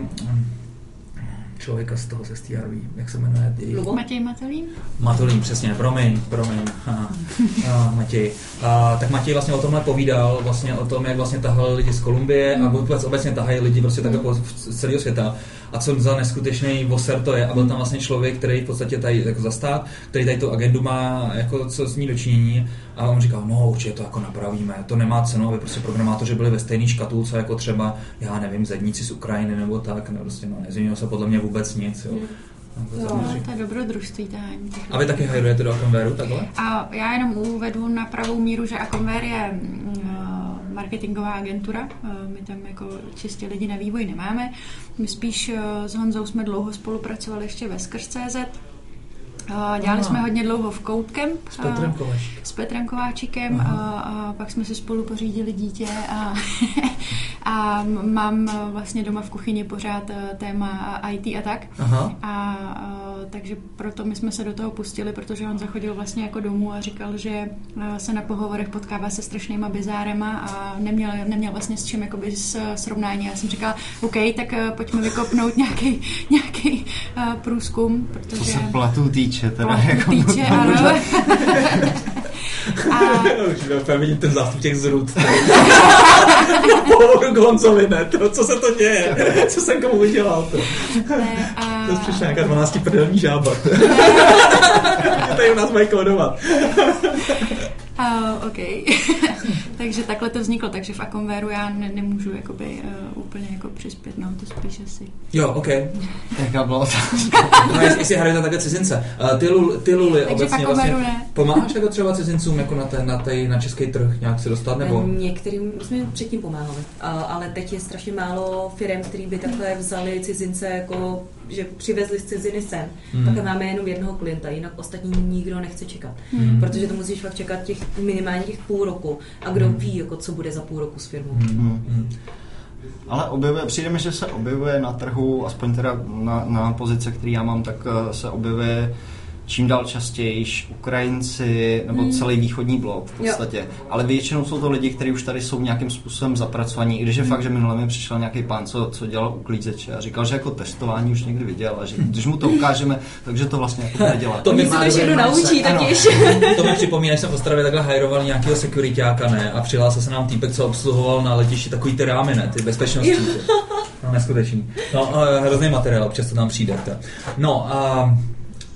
člověka z toho ze T R V, jak se jmenuje?
Lubo? Matěj Matolín?
Matolín, přesně, promiň, promiň. Aha. Uh, Matěj. Uh, tak Matěj vlastně o tomhle povídal, vlastně o tom, jak vlastně tahali lidi z Kolumbie a vůbec obecně tahají lidi prostě takhle po z celého světa. A co za neskutečný voser to je. A byl tam vlastně člověk, který v podstatě tady jako zastát, který tady tu agendu má jako co s ní dočinění. A on říkal, no určitě to jako napravíme, to nemá cenu, aby prostě programátoři byli ve stejný škatulce jako třeba, já nevím, zedníci z Ukrajiny nebo tak, ne, prostě no, nezměnilo se podle mě vůbec nic. Jo.
Jo, to je dobrodružství tahání.
A vy taky hajrujete do Aconveru takhle?
A já jenom uvedu na pravou míru, že Aconver je uh, marketingová agentura. Uh, my tam jako čistě lidi na vývoj nemáme. My spíš uh, s Honzou jsme dlouho spolupracovali ještě ve Skrz tečka cé zet. Uh, dělali jsme hodně dlouho v Codecamp
s Petrem Kováčíkem,
s Petrem Kováčíkem a, a pak jsme si spolu pořídili dítě a, a mám vlastně doma v kuchyni pořád téma í té a tak. Aha. A, a takže proto my jsme se do toho pustili, protože on zachodil vlastně jako domů a říkal, že se na pohovorech potkává se strašnýma bizárema a neměl, neměl vlastně s čím jakoby srovnání. Já jsem říkala, OK, tak pojďme vykopnout nějaký, nějaký průzkum, protože...
To se platů týče, teda
jako... týče, ano.
A... Už vidím ten zástup těch zrůd. Pohovoru k Honzovi, ne? To, co se to děje? Co jsem komu udělal? To,
ne, a...
to je přišla nějaká dvanácti prdelní žába. Tady u nás mají kódovat.
Uh, OK. Takže takhle to vzniklo, takže v Aconveru já ne, nemůžu jakoby, uh, úplně jako přispět, no to spíš asi.
Jo, OK.
Jaká byla otázka?
No, jestli, jestli hrajete takhle cizince. Uh, ty, lul, ty luly
takže
obecně vlastně
ne.
Pomáháš jako třeba cizincům jako na, ten, na, tej, na český trh nějak se dostat, nebo?
Některým jsme předtím pomáhali, uh, ale teď je strašně málo firem, který by takhle vzali cizince jako že přivezli z ciziny sem, hmm. tak máme jenom jednoho klienta, jinak ostatní nikdo nechce čekat. Hmm. Protože to musíš fakt čekat těch minimálně těch půl roku a kdo hmm. ví, jako, co bude za půl roku s firmou.
Hmm. Hmm. Ale objevuje, přijde mi, že se objevuje na trhu, aspoň teda na, na pozice, který já mám, tak se objevuje čím dál častěji Ukrajinci nebo hmm. celý východní blok v podstatě. Jo. Ale většinou jsou to lidi, kteří už tady jsou nějakým způsobem zapracovaní. I když je hmm. fakt, že minule mi přišel nějaký pán, co, co dělal uklízeče a říkal, že jako testování už někdy viděl a že když mu to ukážeme, takže to vlastně jako nedělá.
To mi se všechno naučí tatíž.
To mi připomíná, že jsem v Ostravě takhle hajroval nějakého securityáka, ne? A přihlásil se nám týpek, co obsluhoval na letišti takový ty rámy, ne? Ty bezpečnostní. No, neskutečný. No, hrozný materiál, občas to nám přijde. Tak. No, a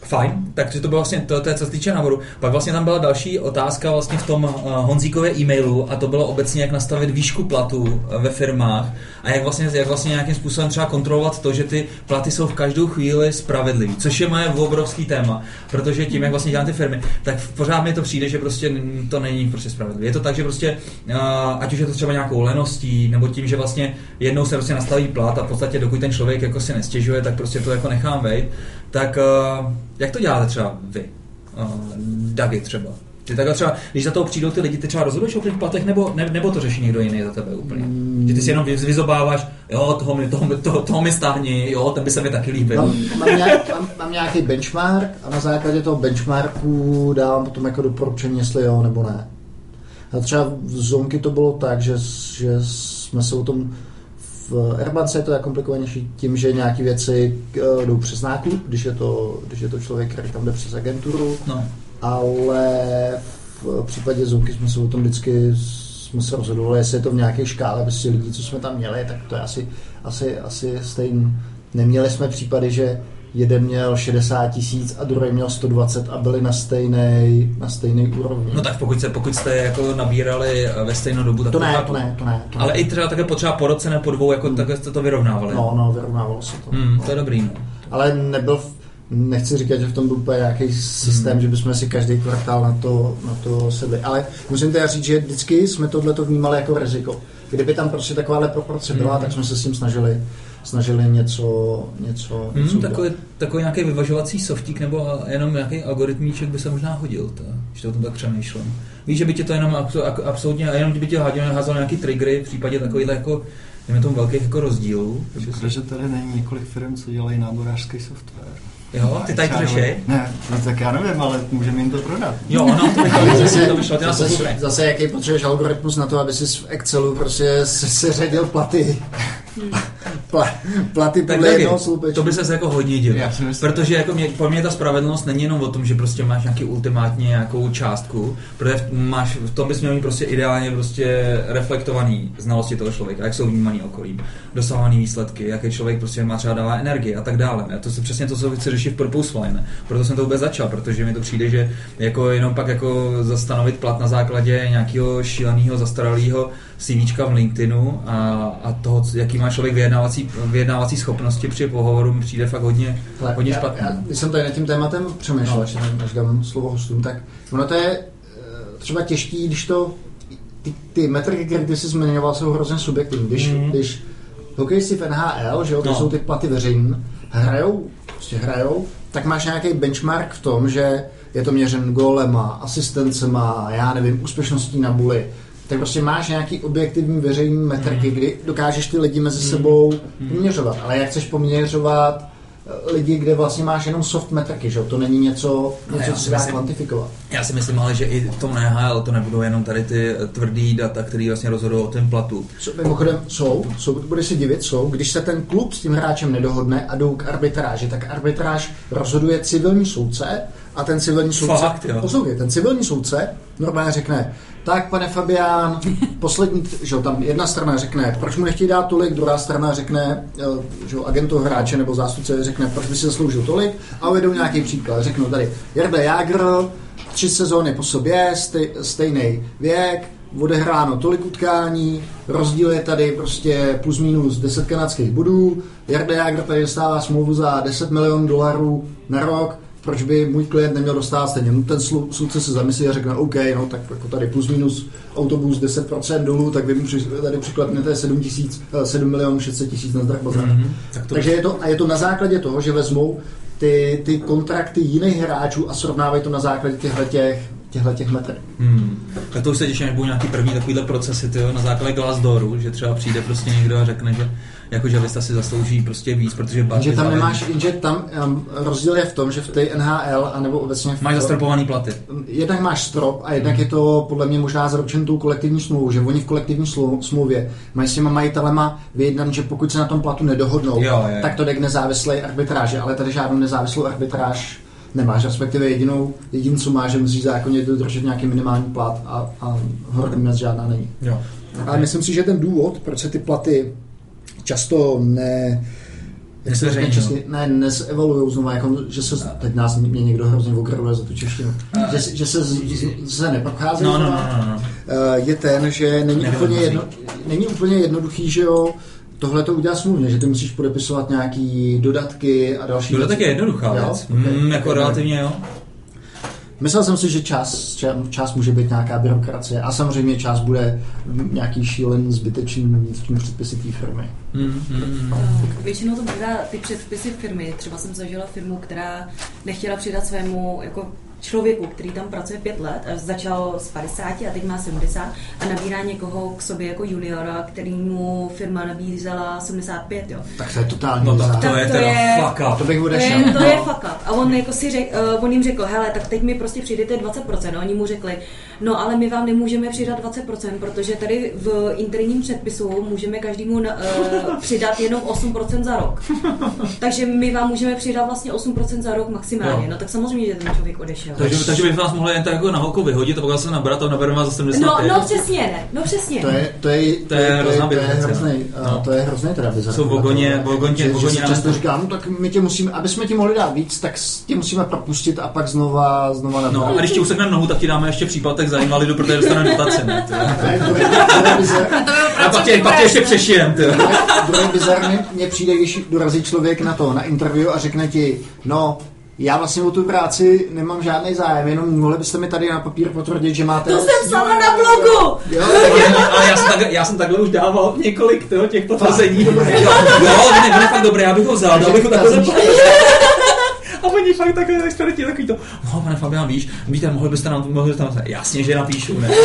fajn, takže to bylo vlastně, to, to je co se týče návodu. Pak vlastně tam byla další otázka vlastně v tom uh, Honzíkově e-mailu a to bylo obecně, jak nastavit výšku platu ve firmách a jak vlastně, jak vlastně nějakým způsobem třeba kontrolovat to, že ty platy jsou v každou chvíli spravedlivý, což je moje obrovský téma, protože tím, jak vlastně dělám ty firmy, tak pořád mi to přijde, že prostě to není prostě spravedlivé. Je to tak, že prostě, uh, ať už je to třeba nějakou leností, nebo tím, že vlastně jednou se prostě nastaví plat a v podstatě dokud ten člověk jako si nestěžuje, tak prostě to jako nechám vejít. Tak uh, jak to děláte třeba vy? Uh, Dagi třeba. Ty takhle třeba, když za toho přijdou ty lidi, ty třeba rozhoduješ o těch platech, nebo, ne, nebo to řeší někdo jiný za tebe úplně? Mm. Že ty si jenom vyzobáváš, jo, toho mi, toho, toho, toho mi stáhni, jo, ten by se mi taky líbil.
Mám, mám, nějak, mám, mám nějaký benchmark a na základě toho benchmarku dávám potom jako doporučení, jestli jo, nebo ne. A třeba v Zonky to bylo tak, že, že jsme se o tom v Airbance je to je komplikovanější tím, že nějaké věci uh, jdou přes nákup, když je to, když je to člověk, který tam jde přes agenturu,
no.
Ale v případě Zonky jsme se o tom vždycky jsme se rozhodovali, jestli je to v nějaké škále bez těch lidí, co jsme tam měli, tak to je asi, asi, asi stejný. Neměli jsme případy, že jeden měl šedesát tisíc a druhý měl sto dvacet a byli na stejnej, na stejný úrovni.
No tak pokud, se, pokud jste jako nabírali ve stejnou dobu, tak
to, to ne, to ne, to ne, to ne.
Ale i třeba také potřeba po roce nebo po dvou, jako hmm. takhle jste to vyrovnávali.
No, no, vyrovnávalo se to.
Hmm, to je dobrý, no.
Ale nebyl, nechci říkat, že v tom byl úplně nějaký systém, hmm. že bychom si každý kvartál na to, na to sedli. Ale musím teda říct, že vždycky jsme tohleto vnímali jako riziko. Kdyby tam prostě takováhle proporce byla, hmm. tak jsme se s tím snažili snažili něco, něco, něco
hmm, takový, takový nějaký vyvažovací softík nebo jenom nějaký algoritmíček by se možná hodil, ta, když to o tom tak přemýšlím. Víš, že by tě to jenom absolutně, jenom by tě házel nějaký triggery v případě takovýhle jako, nevím tomu velkých jako rozdílů.
Protože tady není několik firm, co dělají náborářský software.
Jo, ty tady to řešej?
Ne, no, tak já nevím, ale můžeme jim to prodat.
Jo, no, to vyšlo,
zase,
to vyšlo,
zase, zase, zase jaký potřebuješ algoritmus na to, aby si v Excelu prostě seřadil platy. Pla, platy podle jednoho sloupečku.
To by se jako hodně dělo. Protože jako mě, pro mě ta spravedlnost není jenom o tom, že prostě máš nějaký ultimátně nějakou částku, protože máš, v tom bys měl mít prostě ideálně prostě reflektovaný znalosti toho člověka, jak jsou vnímaný okolím, dosahovaný výsledky, jaký člověk prostě má třeba dává energii a tak dále. A to se přesně to, co chci řešit v Purpose Line. Proto jsem to vůbec začal, protože mi to přijde, že jako jenom pak jako zastanovit plat na základě nějakého šíleného zastaralého CVčka v LinkedInu a, a toho, jaký má člověk vyjednávací, vyjednávací schopnosti při pohovoru, mi přijde fakt hodně,
Hle,
hodně
já,
špatný.
Já, když jsem tady nad tím tématem přemýšlel, no. Než dám slovo hostům, tak ono to je třeba těžký, když to ty, ty metriky, které ty jsi zmiňoval, jsou hrozně subjektivní. Když, mm. když hokejisti v N H L, že jo, to no. jsou ty platy veřejný, hrajou, prostě hrajou, tak máš nějaký benchmark v tom, že je to měřen gólema, asistencema, já nevím, úspěšností na buli. Tak prostě máš nějaký objektivní veřejný metriky, kdy dokážeš ty lidi mezi sebou poměřovat. Ale jak chceš poměřovat lidi, kde vlastně máš jenom soft metriky, že? To není něco, něco co se dá kvantifikovat.
Já si myslím ale, že i v tom N H L to nebudou jenom tady ty tvrdý data, které vlastně rozhodují o tom platu.
So, mimochodem jsou, jsou, budeš si divit, jsou, když se ten klub s tím hráčem nedohodne a jdou k arbitráži, tak arbitráž rozhoduje civilní soudce a ten civilní soudce,
Fakt,
poslouchej, ten civilní soudce normálně řekne, tak pane Fabián, poslední, že tam jedna strana řekne, proč mu nechtějí dát tolik, druhá strana řekne, že agentu hráče nebo zástupce řekne, proč by si zasloužil tolik a uvedou nějaký příklad. Řeknu tady, Jarda Jágr, tři sezóny po sobě, stej, stejný věk, odehráno tolik utkání, rozdíl je tady prostě plus minus deset kanadských bodů, Jarda Jágr tady dostává smlouvu za deset milionů dolarů na rok, proč by můj klient neměl dostat stejně. No, ten soudce se zamyslí a řekne, OK, no tak jako tady plus minus autobus deset procent dolů, tak vy mu tady přikladnete sedm milionů šest set tisíc na zdrah bazar. Mm-hmm. Tak to Takže je to, a je to na základě toho, že vezmou ty, ty kontrakty jiných hráčů a srovnávají to na základě těchto těch metrů.
Hmm. Tak to už se těším, až budou nějaký první takovýhle procesy, tyjo, na základě Glassdooru, že třeba přijde prostě někdo a řekne, že jako žavista si zaslouží prostě víc, protože
že tam nemáš, že tam um, rozdíl je v tom, že v té N H L anebo obecně v
máš zastropovaný platy.
Jednak máš strop a jednak hmm. je to podle mě možná zaručen tou kolektivní smlouvou, že oni v kolektivní smlouvě mají s těma majitelema vyjednan, že pokud se na tom platu nedohodnou, jo, je. tak to jde k nezávislé arbitráži, ale tady žádnou nezávislou arbitráž nemáš, respektive jedinou, jediný, co máš, že musíš zákonně dodržet nějaký minimální plat a, a horní žádná není.
Jo. Okay.
Ale myslím si, že ten důvod, proč se ty platy často ne, Česky, ne, nezevoluujou znovu, jako, že se, teď nás mě někdo hrozně okraduje za tu češtinu, uh, že, že se, se neprochází,
no, no, no, no, no.
je ten, že není úplně, jedno, není úplně jednoduchý, že jo, tohle to udělá smluvně, že ty musíš podepisovat nějaký dodatky a další
Dodatek věci. Je jednoduchá věc, okay. mm, jako okay. relativně jo.
Myslel jsem si, že čas, čas může být nějaká byrokracie a samozřejmě čas bude nějaký šílen zbytečný vnitřní předpisy té firmy.
Mm, mm,
Většinou to bývá ty předpisy firmy. Třeba jsem zažila firmu, která nechtěla přidat svému jako člověku, který tam pracuje pět let a začal z padesáti a teď má sedmdesát a nabírá někoho k sobě jako juniora, kterýmu firma nabízela sedmdesát pět, jo.
Tak to je totální
no, tak to
tak
je
to
teda
je,
fuck up.
To bych odešel.
To je, to
no.
je fuck up. A on jako si řek, uh, on jim řekl, hele, tak teď mi prostě přijdete dvacet procent. A oni mu řekli, no ale my vám nemůžeme přidat dvacet procent, protože tady v interním předpisu můžeme každému uh, přidat jenom osm procent za rok. Takže my vám můžeme přidat vlastně osm procent za rok maximálně. No, no tak samozřejmě, že ten člověk odešel.
Takže, takže bych vás mohli jen tak jako na holku vyhodit a pak se nabrat a nabereme vás za sedmdesát pět.
No, no přesně ne, no přesně.
To je, to je,
to je hrozná
to je, to je hrozný,
no.
to je hrozný teda bizar.
Jsou vogoně, vogoně, vogoně.
Často říkám, no tak my tě musíme, aby jsme ti mohli dát víc, tak tě musíme propustit a pak znova, znova nabrat.
No a když ti usekneme nohu, tak ti dáme ještě příplatek za invalidu, protože dostaneme dotace. A pak tě, pak tě ještě přešijem.
Druhý bizar mně přijde, když dorazí člověk na to, na interview a řekne ti, no, já vlastně o tu práci nemám žádný zájem, jenom mohli byste mi tady na papír potvrdit, že máte...
To jsem psala na blogu!
Jo,
ale já jsem, takhle, já jsem takhle už dával několik toho, těch potvrzení. Jo, ne, to je fakt dobré, já bych ho vzal, dal bych ho takhle zaplatit. A oni fakt takové experti, takový to, no pane Fabián, víš, víte, mohli byste nám, mohli byste nám, jasně, že napíšu, ne?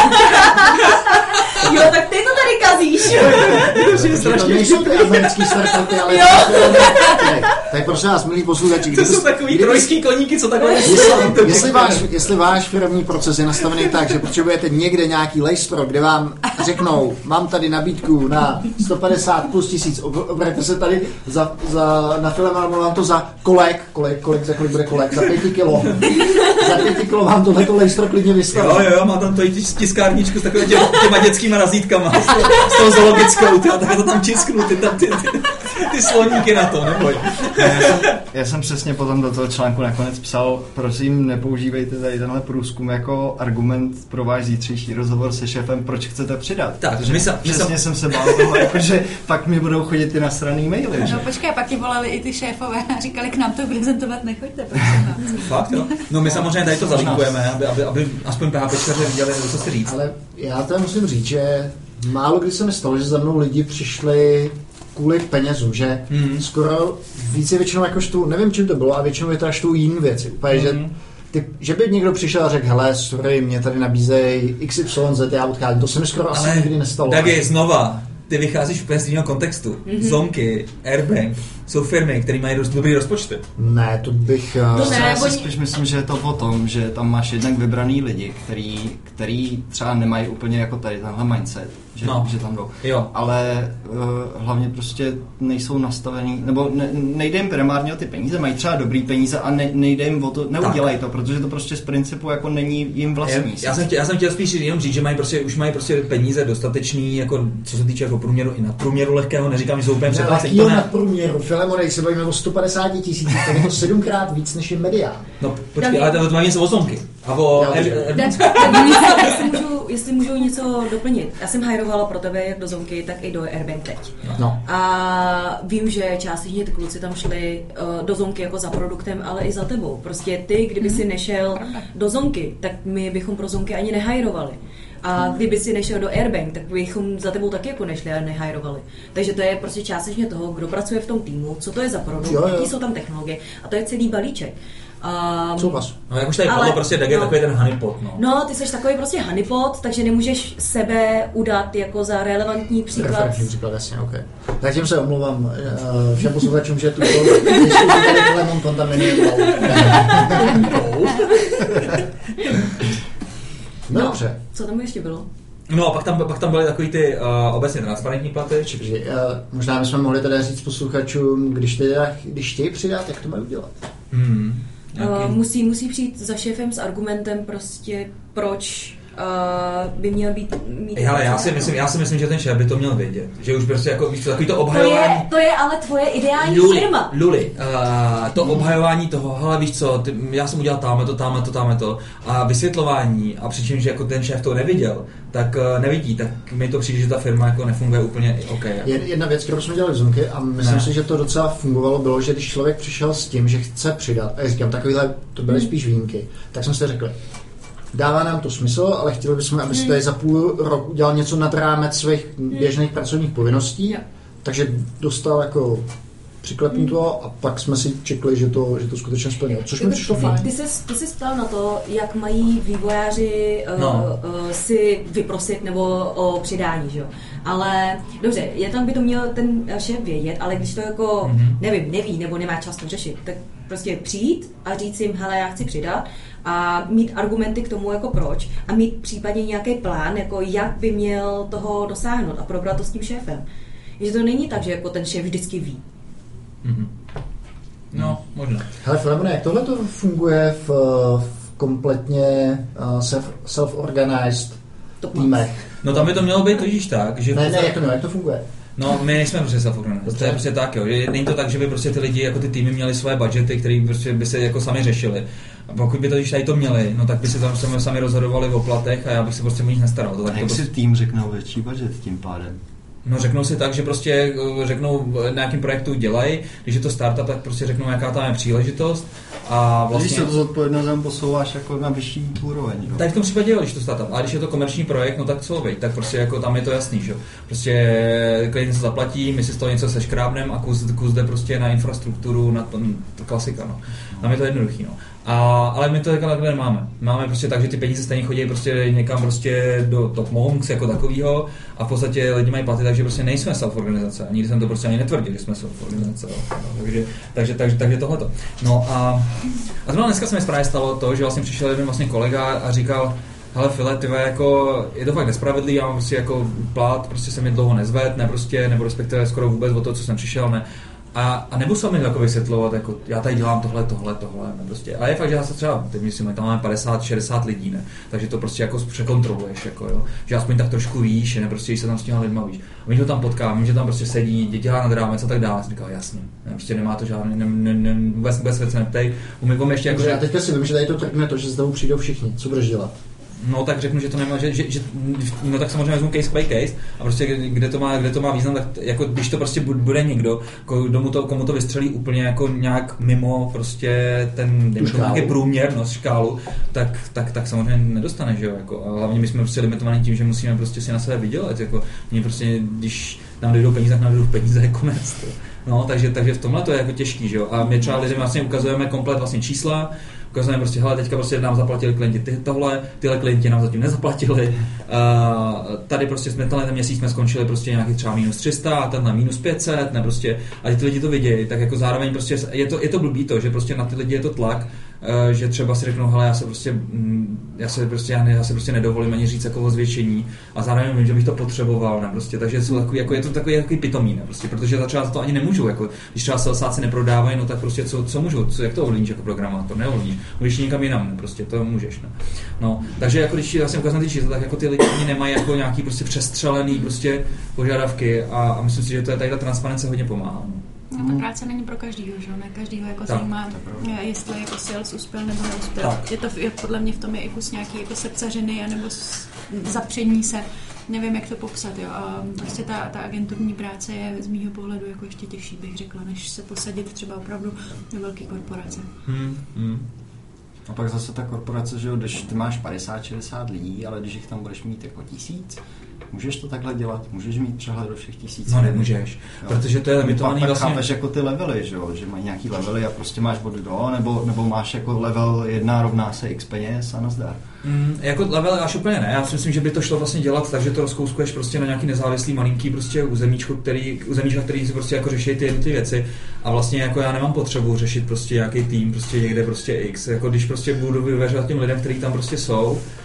Jo, tak ty to tady kazíš.
To nejsou ty americký startupy, ale tak prosím vás, milí posluchači.
To jsou takový trojský koníky, co takhle
jestli váš, jestli váš firmní proces je nastavený tak, že potřebujete někde nějaký lejstro, kde vám řeknou, mám tady nabídku na sto padesát plus tisíc, obraťte se tady za, za, na Filemarmu, vám to za kolek, kolek, kolek, za kolik bude kolek, za pěti kilo. Za pěti kilo vám tohleto lejstro klidně vystaví.
Jo, jo, má tam to tiskárničku s takovými tě, těma dětskýma razítkama, s tou zoologickou, ty, tak to tam tisknu, ty, ty, ty, ty, ty sloníky na to, neboj.
Já jsem, já jsem přesně potom do toho článku nakonec psal, prosím, nepoužívejte tady tenhle průzkum jako argument pro váš zítřejší rozhovor se šéfem, proč chcete přidat.
Tak,
protože
my sa, my
přesně
sa...
jsem se bál toho, jako, že pak mi budou chodit ty nasraný maily.
No
že?
počkej, pak ti volali i ty šéfové a říkali, k nám to prezentovat nechoďte, prosím vás.
Fakt, jo? No my samozřejmě tady to zalíkujeme, aby, aby, aby aspoň PHPčkaři viděli, co si říct.
Ale já to musím říct, že málo kdy se mi stalo, že za mnou lidi přišli kvůli penězům, že mm. skoro více většinou jako štou, nevím čím to bylo, a většinou je to až tou jiný věci. Úplně, mm. že, ty, že by někdo přišel a řekl, hele, sorry, mě tady nabízejí X Y Z, já odcházím. To se mi skoro asi nikdy nestalo.
Tak je znova, ty vycházíš v stejného kontextu. Mm-hmm. Zonky, Airbank jsou firmy, které mají dost dobrý rozpočty.
Ne, to bych...
To ne,
já si
oni...
spíš myslím, že je to o tom, že tam máš jednak vybraný lidi, který, který třeba nemají úplně jako tady tenhle mindset, že,
no.
že tam jdou.
Jo.
Ale uh, hlavně prostě nejsou nastavený, nebo ne, nejde jim primárně o ty peníze, mají třeba dobrý peníze a ne, nejde jim o to, neudělají to, protože to prostě z principu jako není jim vlastní.
Já, já, jsem chtěl, já jsem chtěl spíš jenom říct, že mají prostě, už mají prostě peníze dostatečný, jako, co se týče jako průměru i nad průměru lehkého, neříkám, že jsou úplně přeplacení.
Ne, nad průměru, Filemone, když se bavíme o sto padesát tisíc, tak je to sedmkrát víc než je medián.
No počkej, ale to mají něco o Zonky. A o...
Jestli můžu něco doplnit. Já jsem hajrovala pro tebe jak do Zonky, tak i do Airbank teď.
No.
A vím, že částečně ty kluci tam šli uh, do Zonky jako za produktem, ale i za tebou. Prostě ty, kdyby si nešel do Zonky, tak my bychom pro Zonky ani nehajrovali. A kdyby si nešel do Airbank, tak bychom za tebou taky jako nešli a nehajrovali. Takže to je prostě částečně toho, kdo pracuje v tom týmu, co to je za produkt, jaký jsou tam technologie a to je celý balíček. Um,
Co vás?
No jak už tady padlo, prostě tak je
no,
takový ten honeypot, no.
No, ty jsi takový prostě honeypot, takže nemůžeš sebe udat jako za relevantní příklad.
Referenční příklad, jasně, ok. Tak tím se omlouvám uh, všem posluchačům, že tu Lemon kontaminuje. No,
no
dobře.
Co tam ještě bylo?
No a pak tam, pak tam byly takový ty uh, obecně transparentní platy.
Čiže, uh, možná bychom mohli teda říct posluchačům, když, teda, když chtějí přidat, jak to mají udělat.
Hmm.
Uh, musí, musí přijít za šéfem s argumentem prostě, proč uh, by měl být mít...
Hele, já si myslím, já si myslím, že ten šéf by to měl vědět, že už prostě jako víš, takový to obhajování...
To je, to je ale tvoje ideální
Luli,
firma.
Luli, uh, to obhajování toho, hele víš co, ty, já jsem udělal táme to, táme to, táme to a vysvětlování a přičem, že jako ten šéf to neviděl, tak uh, nevidí, tak mi to přijde, že ta firma jako nefunguje úplně OK. Jako.
Jedna věc, kterou jsme dělali v Zoomky a myslím ne. si, že to docela fungovalo, bylo, že když člověk přišel s tím, že chce přidat, a já říkám, takovýhle, to byly hmm. spíš výjimky, tak jsme si řekli, dává nám to smysl, ale chtěli bychom, aby si tady za půl roku udělal něco nad rámec svých běžných pracovních povinností, yeah. takže dostal jako přiklepnuto a pak jsme si čekli, že to, že to skutečně splnilo, což mi přišlo fajn.
Ty jsi, ty jsi ptal na to, jak mají vývojáři uh, no. uh, si vyprosit nebo o přidání, že jo? Ale dobře, je tam by to měl ten šéf vědět, ale když to jako, mm-hmm. nevím, neví nebo nemá čas to řešit, tak prostě přijít a říct jim, hele, já chci přidat a mít argumenty k tomu jako proč a mít případně nějaký plán, jako jak by měl toho dosáhnout a probrat to s tím šéfem. Že to není tak, že jako ten šéf vždycky ví.
Mm-hmm. No, možná.
Hele, Filemone, jak tohle to funguje v, v kompletně uh, self, self-organized týmech?
No tam by to mělo být totiž tak, že...
Ne, ne, jak to, no, jak to funguje?
No, my nejsme prostě self-organized, to je prostě tak, jo, že není to tak, že by prostě ty lidi, jako ty týmy měli své budgety, které prostě by se jako sami řešili. A pokud by to když tady to měli, no tak by se tam sami, sami rozhodovali o platech a já bych se prostě o nich nestaral. To
tak a jak
to
si
prostě...
tým řeknou větší budget tím pádem?
No řeknou si tak, že prostě řeknou na jakým projektu dělají, když je to startup, tak prostě řeknou, jaká tam je příležitost a vlastně...
Když se to zodpovědnost tam posouváš jako na vyšší úroveň. No.
Tak v tom případě jo, když to startup, a když je to komerční projekt, no tak co veď, tak prostě jako tam je to jasný, že jo. Prostě klient se zaplatí, my si z toho něco seškrábneme a kus, kus jde prostě na infrastrukturu, na to, to klasika, no. Tam je to jednoduchý, no. A, ale my to takhle nemáme. Máme prostě tak, že ty peníze stejně chodí prostě někam prostě do Top Monks jako takovýho a v podstatě lidi mají platy, takže prostě nejsme self-organizace. Nikdy jsem to prostě ani netvrdil, že jsme self-organizace. No, takže, takže, takže, takže tohleto. No a, a zrovna dneska se mi právě stalo to, že vlastně přišel jeden vlastně kolega a říkal, hele File, tyve, jako, je to fakt nespravedlivý, já mám prostě jako plat, prostě se mi dlouho nezved, ne prostě, nebo respektive skoro vůbec o to, co jsem přišel, ne. A, a nemusel mi jako vysvětlovat, jako já tady dělám tohle, tohle, tohle, ne, prostě. A je fakt, že já se třeba, teď myslím, tam máme padesát šedesát lidí, ne, takže to prostě jako překontroluješ, jako jo, že aspoň tak trošku víš, ne, prostě, když se tam s těma lidma víš. A my ho tam potkám, vím, že tam prostě sedí, dělá nad rámec a tak dále, jsem říkal, jasně, ne, prostě nemá to žádný, ne, ne, ne, vůbec, vůbec věc neptej, umím ještě jako...
Já teďka si vím, že tady to trkne to, že s tebou přijdou všichni, co budeš dělat?
No tak řeknu, že to nemá, že, že, že no tak samozřejmě vezmu case by case a prostě kde to má, kde to má význam, tak jako když to prostě bude někdo, komu to, komu to vystřelí úplně jako nějak mimo prostě ten nějaký průměrnost škálu, tak, tak, tak samozřejmě nedostane, že jo, jako a hlavně my jsme prostě limitovaní tím, že musíme prostě si na sebe vydělat, jako mě prostě, když nám dojdou peníze, tak nám dojdou peníze jako konec, to. No, takže, takže v tomhle to je jako těžký, že jo, a my třeba lidem vlastně ukazujeme komplet vlastně čísla, ukazujeme prostě, hele, teďka prostě nám zaplatili klienti ty, tohle, tyhle klienti nám zatím nezaplatili. Uh, tady prostě jsme tenhle ten měsíc jsme skončili prostě nějaký třeba minus tři sta, a tenhle minus pět set, ne prostě, a ty lidi to vidějí, tak jako zároveň prostě je to, je to blbý to, že prostě na ty lidi je to tlak, uh, že třeba si řeknou, hele, já se prostě, já se prostě, já, ne, já se prostě nedovolím ani říct jako o zvětšení a zároveň vím, že bych to potřeboval, ne prostě, takže jsou takový, jako je to takový, takový pitomý, ne prostě, protože třeba za to ani nemůžu, jako když třeba salesáci neprodávají, no tak prostě co, co můžu, co, jak to ovlivníš jako programátor, neovlivníš. Můžeš někam jinam, ne? Prostě to můžeš, ne? No, takže jako když vlastně ukázám ty čísla, tak jako ty lidi nemají jako nějaký prostě přestřelený prostě požadavky a, a myslím si, že to je tady ta transparence hodně pomáhá. No.
No, ta práce není pro každýho, že ne? Každýho jako tak, zajímá, jestli jako sales uspěl nebo neuspěl. Tak. Je to je, podle mě v tom je i kus nějaký jako sepsařiny anebo zapření se. Nevím, jak to popsat, jo. A prostě ta, ta agenturní práce je z mýho pohledu jako ještě těžší, bych řekla, než se posadit třeba opravdu do velké korporace.
Hmm, hmm.
A pak zase ta korporace, že jo, když ty máš padesát šedesát lidí, ale když jich tam budeš mít jako tisíc, můžeš to takhle dělat? Můžeš mít přehled do všech tisíc?
No nemůžeš, jo. Protože to je limitovaný
pak
vlastně...
Pak chápeš jako ty levely, že jo, že mají nějaký levely a prostě máš bod do, nebo, nebo máš jako level jedna rovná se x peněz a nazdar.
Mm, jako level až úplně ne, já si myslím, že by to šlo vlastně dělat, takže to rozkouskuješ prostě na nějaký nezávislý malinký prostě územíčko, který, územíčka, který si prostě jako řeší ty jednotlivé věci a vlastně jako já nemám potřebu řešit prostě nějaký tým prostě někde prostě x, jako když prostě budu vyvěřovat těm lidem, kteří tam prostě jsou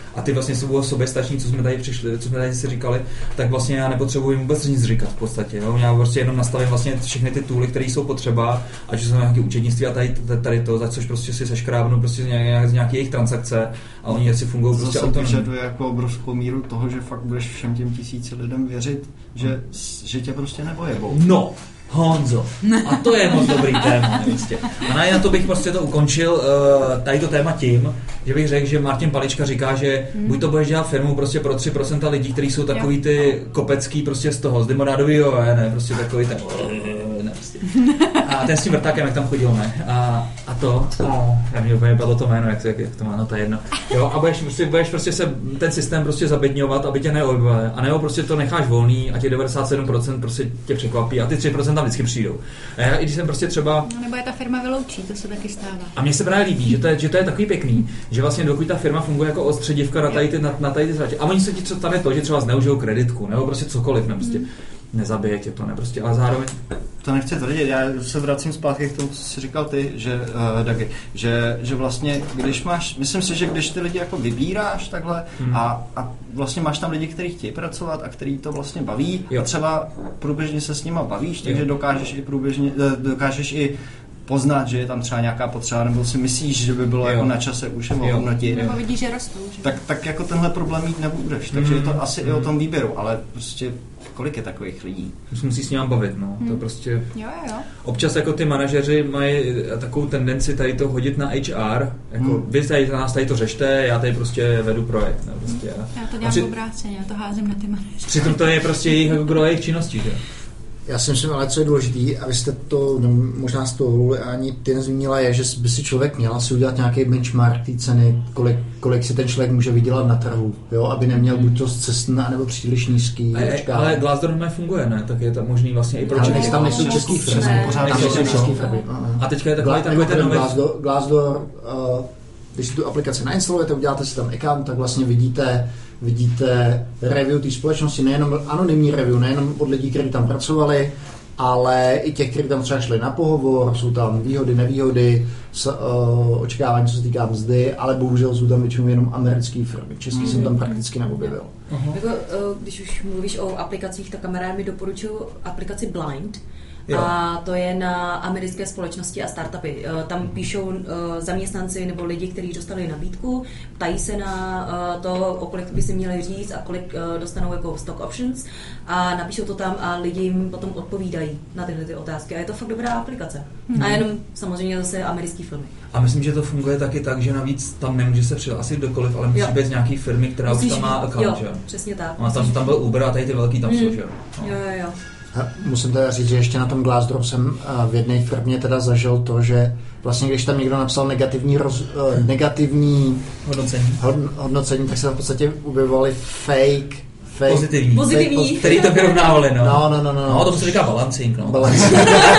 a ty vlastně jsou soběstační, co jsme tady přišli, co jsme tady si říkali, tak vlastně já nepotřebuji vůbec nic říkat v podstatě. Jo? Já prostě jenom nastavím vlastně všechny ty tooly, které jsou potřeba, ať jsou nějaké účetnictví a tady, tady to, za což prostě si seškrábnu prostě z nějaké, z nějaké jejich transakce a oni si fungují prostě
autonomně. To vyžaduje jako obrovskou míru toho, že fakt budeš všem těm tisíci lidem věřit, že, že tě prostě nebojebou.
No, Honzo. A to je moc dobrý téma. Prostě. A na, na to bych prostě to ukončil uh, tady to téma tím, že bych řekl, že Martin Palička říká, že hmm. buď to budeš dělat firmu prostě pro tři procenta lidí, kteří jsou takový ty kopecký prostě z toho, z Demonádovýho, ne, prostě takový ten... Ne, prostě. A ten s tím vrtákem, jak tam chodil, ne? A, a to, a já mě úplně padlo to jméno, jak to, jak, jak to má, no to je jedno. Jo, a budeš prostě, budeš prostě se ten systém prostě zabedňovat, aby tě neobjevil. A nebo prostě to necháš volný a těch devadesát sedm procent prostě tě překvapí a ty tři procenta vždycky přijdou. A já, i když jsem prostě třeba...
No, nebo je ta firma vyloučí, to se taky stává.
A mně se právě líbí, že to je, že to je takový pěkný, že vlastně dokud ta firma funguje jako ostředivka na tady ty, na, na tady ty zratě. A oni se ti co stane to, že třeba zneužijou kreditku, nebo prostě cokoliv, ne, prostě. Hmm. Nezabije tě to, ne, prostě, ale zároveň...
To nechci tvrdit, já se vracím zpátky k tomu, co jsi říkal ty, že, uh, Dagi, že, že vlastně, když máš, myslím si, že když ty lidi jako vybíráš takhle hmm. a, a vlastně máš tam lidi, kteří chtějí pracovat a který to vlastně baví jo. a třeba průběžně se s nima bavíš, takže jo. dokážeš i průběžně, dokážeš i poznat, že je tam třeba nějaká potřeba, nebo si myslíš, že by bylo jo. jako na čase už je ohodnotit.
Nebo vidíš, že rostou. Že?
Tak, tak jako tenhle problém mít nebudeš, takže mm. je to asi mm. i o tom výběru, ale prostě kolik je takových lidí?
Musí s ním bavit, no. Mm. To prostě...
Jo, jo.
Občas jako ty manažeři mají takovou tendenci tady to hodit na H R, jako mm. vy tady nás tady to řešte, já tady prostě vedu projekt. Ne, prostě,
mm. Já to dělám při... obráceně, já to házím na ty manažery.
Přitom to je prostě jejich jako gro jejich činností, že?
Já si myslím, ale co je důležitý, a vy jste to, no, možná z toho ani ty nezmínila, je, že by si člověk měl si udělat nějaký benchmark té ceny, kolik, kolik si ten člověk může vydělat na trhu, jo, aby neměl buď to zcestný, nebo příliš nízký.
A, ale Glassdoor nefunguje, ne? Tak je to možný vlastně i pro
český. Ale tam nejsou český firmy. Tam nejsou český firmy.
A teďka je takový takový ten nový...
Glassdoor, Glassdoor uh, když si tu aplikaci nainstalujete, uděláte si tam account, tak vlastně vidíte vidíte review té společnosti, nejenom anonymní review, nejenom od lidí, kteří tam pracovali, ale i těch, kteří tam třeba šli na pohovor, jsou tam výhody, nevýhody, s, uh, očekávání, co se týká mzdy, ale bohužel jsou tam většinou jenom americké firmy. Český mm. jsem tam prakticky neobjevil.
Uh-huh. Jako, uh, když už mluvíš o aplikacích, tak kamarád mi doporučuji aplikaci Blind. Jo. A to je na americké společnosti a startupy. Tam píšou zaměstnanci nebo lidi, kteří dostali nabídku, ptají se na to, o kolik by si měli říct a kolik dostanou jako stock options a napíšou to tam a lidi jim potom odpovídají na tyhle ty otázky. A je to fakt dobrá aplikace. Hmm. A jenom samozřejmě zase americké firmy.
A myslím, že to funguje taky tak, že navíc tam nemůže se přihlásit kdokoliv, ale musí jo. být z nějaký firmy, která Musíš, už tam má account,
jo,
že?
Přesně tak.
A tam, tam byl Uber a tady ty velký tam hmm. jsou, že?
No. Jo, jo, jo.
Musím teda říct, že ještě na tom Glassdoor jsem v jedné firmě teda zažil to, že vlastně když tam někdo napsal negativní, roz, negativní
hodnocení.
Hodn, hodnocení, tak se tam v podstatě objevovali fake, fake
pozitivní,
pozitivní.
Fake,
který to vyrovnávali, no.
No, no, no, no.
No, to se říká balancing, no.
Balancing.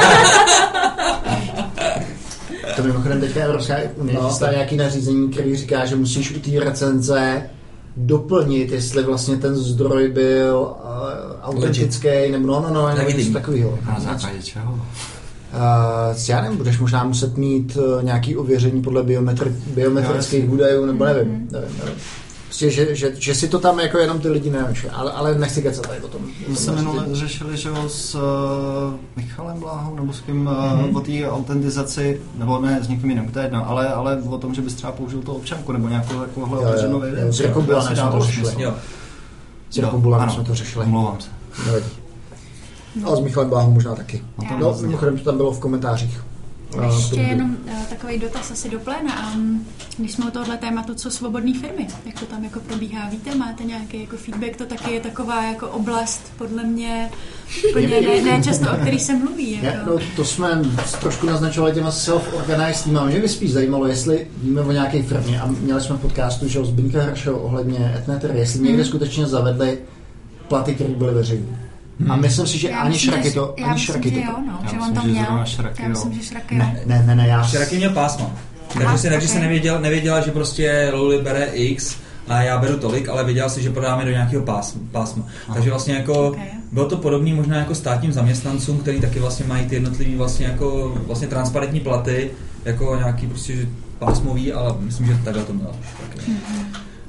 To mimochodem teďka Evropská unie no, chystá nějaký nařízení, který říká, že musíš u té recenze doplnit, jestli vlastně ten zdroj byl uh, autentický, nebo no, no, no, nebo něco takového.
Na základě čeho? Uh,
já nevím, budeš možná muset mít uh, nějaké ověření podle biometri- biometrických údajů, nebo nevím, mm-hmm. nevím, nevím. Prostě, že, že, že si to tam jako jenom ty lidi nevím, ale, ale nechci kecat tady o tom.
My jsme minule řešili, že ho s uh, Michalem Bláhou, nebo s kým uh, mm-hmm. o té autentizaci, nebo ne, s někým jiným, to je jedno, ale, ale o tom, že bys třeba použil to občanku, nebo nějakou takovouhle otevřenou věc.
S Jirkou Bulanem jsme to řešili. S Jirkou Bulanem jsme to řešili.
Omlouvám se.
Nevadí. Ale s Michalem Bláhou možná taky. No, mimochodem to tam bylo v komentářích.
Ještě jenom uh, takový dotaz asi do pléna. Um, když jsme u tohohle tématu, co svobodné firmy, jak to tam jako probíhá, víte, máte nějaký jako feedback, to taky je taková jako oblast, podle mě, úplně ne, ne často, o který se mluví. Jako.
Ja, no, to jsme trošku naznačovali těma self-organized týmama. Mě by spíš zajímalo, jestli víme o nějaké firmě, a měli jsme v podcastu, že o Zbyňka Hršel ohledně Etneter, jestli hmm. někde skutečně zavedli platy, které byly veřejné. Hmm. A myslím si, že já ani
myslím,
Šraky to...
Já
ani
myslím,
Šraky
že
to,
jo, no,
já
že
myslím,
on tam měl.
Šraky,
já myslím, že Šraky jo.
Ne, ne, ne, ne, já...
Šraky měl pásma. Takže si, takže si nevěděl, nevěděla, že prostě Luli bere X a já beru tolik, ale věděla si, že prodáme do nějakého pásma. pásma. Takže vlastně jako... Okay. Bylo to podobné možná jako státním zaměstnancům, který taky vlastně mají ty jednotlivý vlastně jako vlastně transparentní platy, jako nějaký prostě pásmový, ale myslím, že takhle to mělo. Mm-hmm.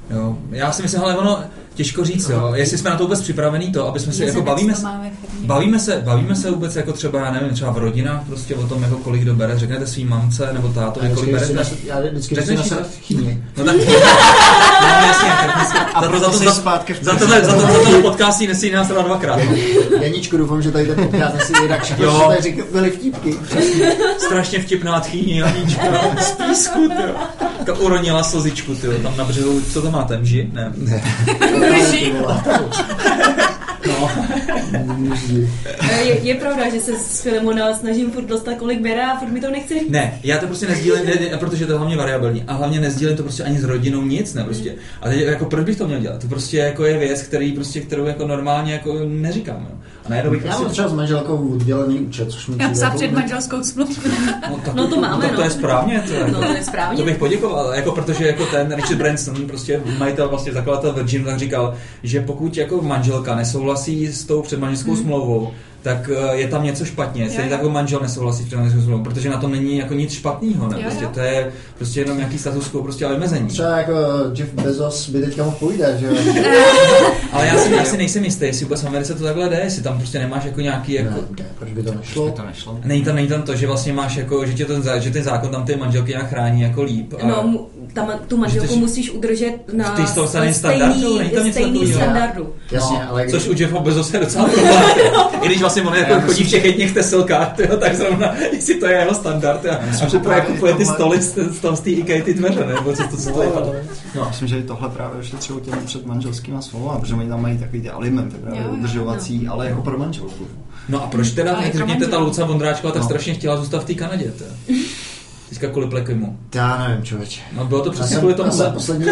Jo. Já si myslím, ale ono těžko říct, jo. Jestli jsme na to vůbec připravený to, aby jsme se jako bavíme se, bavíme se, bavíme se vůbec jako třeba, já nevím, třeba v rodinách prostě o tom, jako kolik kdo bere, řeknete svým mamce nebo tátovi, kolik berete.
Já vždycky řeknu na chytně.
No tak, no jasně, tak a za to za zpátky za tohle za tohle podcast si nesí nás teda dvakrát.
Janíčku, doufám, že tady ten podcast nesí jinak všechno, co tady říkali, byly vtípky.
Strašně vtipná tchýní Janíčku, z písku, tyjo. Taka uronila slzičku, tyjo, tam na břehu, co to máte, mži? Ne. Ne.
No.
je, je pravda, že se s Filemona snažím furt dostat, kolik bere a furt mi to nechce říct.
Ne, já to prostě nezdílím, ne, protože to je hlavně variabilní a hlavně nezdílím to prostě ani s rodinou nic, ne prostě. A teď jako proč bych to měl dělat? To prostě jako je věc, který prostě, kterou jako normálně jako neříkám, jo. A najednou bych
já
prostě...
mám třeba s manželkou oddělený účet, což mi
já psal před jako... manželskou smlouvu.
No, tak,
no to máme,
no. To je správně, to, jako,
no, to je správně.
To bych poděkoval, jako protože jako ten Richard Branson, prostě majitel, vlastně zakladatel Virginu, tak říkal, že pokud jako manželka nesouhlasí s tou předmanželskou hmm. smlouvou, tak je tam něco špatně. Stejně tak manžel nesouhlasí s předmanželskou smlouvou, protože na tom není jako nic špatného, ne? Prostě to je prostě jenom nějaký status quo, prostě ale vymezení.
Třeba jako Jeff Bezos by teďka mohl povídat, že jo?
Ale já si, já si nejsem jistý, jestli vůbec v Americe to takhle jde, jestli tam prostě nemáš jako nějaký jako...
Ne, proč by to nešlo?
By to nešlo?
Není tam, není tam to, že vlastně máš jako, že tě ten, že ten zákon tam ty manželky nějak chrání jako líp. A...
No, tam tu manželku musíš udržet na
v stejný, stejný,
stejný standardu.
Jasně,
no,
ale...
Což u Jeffa Bezos je docela problém. I když vlastně on jako chodí v těch jedních teselkách, tyjo, tak zrovna, jestli to je jeho standard. A, a kupuje, kupuje ty stoly z toho z té IKEA, ty dveře, nebo co to stojí.
No, myslím, že tohle právě ještě třeba těm před manželskýma smlouvama, protože oni tam mají takový ty alimenty právě udržovací, ale jako pro manželku.
No a proč teda, jak řekněte, ta Luca Vondráčková tak
no.
strašně chtěla zůstat v té Kanadě, to? Teďka kvůli Plekimu.
Já nevím, člověče.
No bylo to přesně kvůli tomu.
Já poslední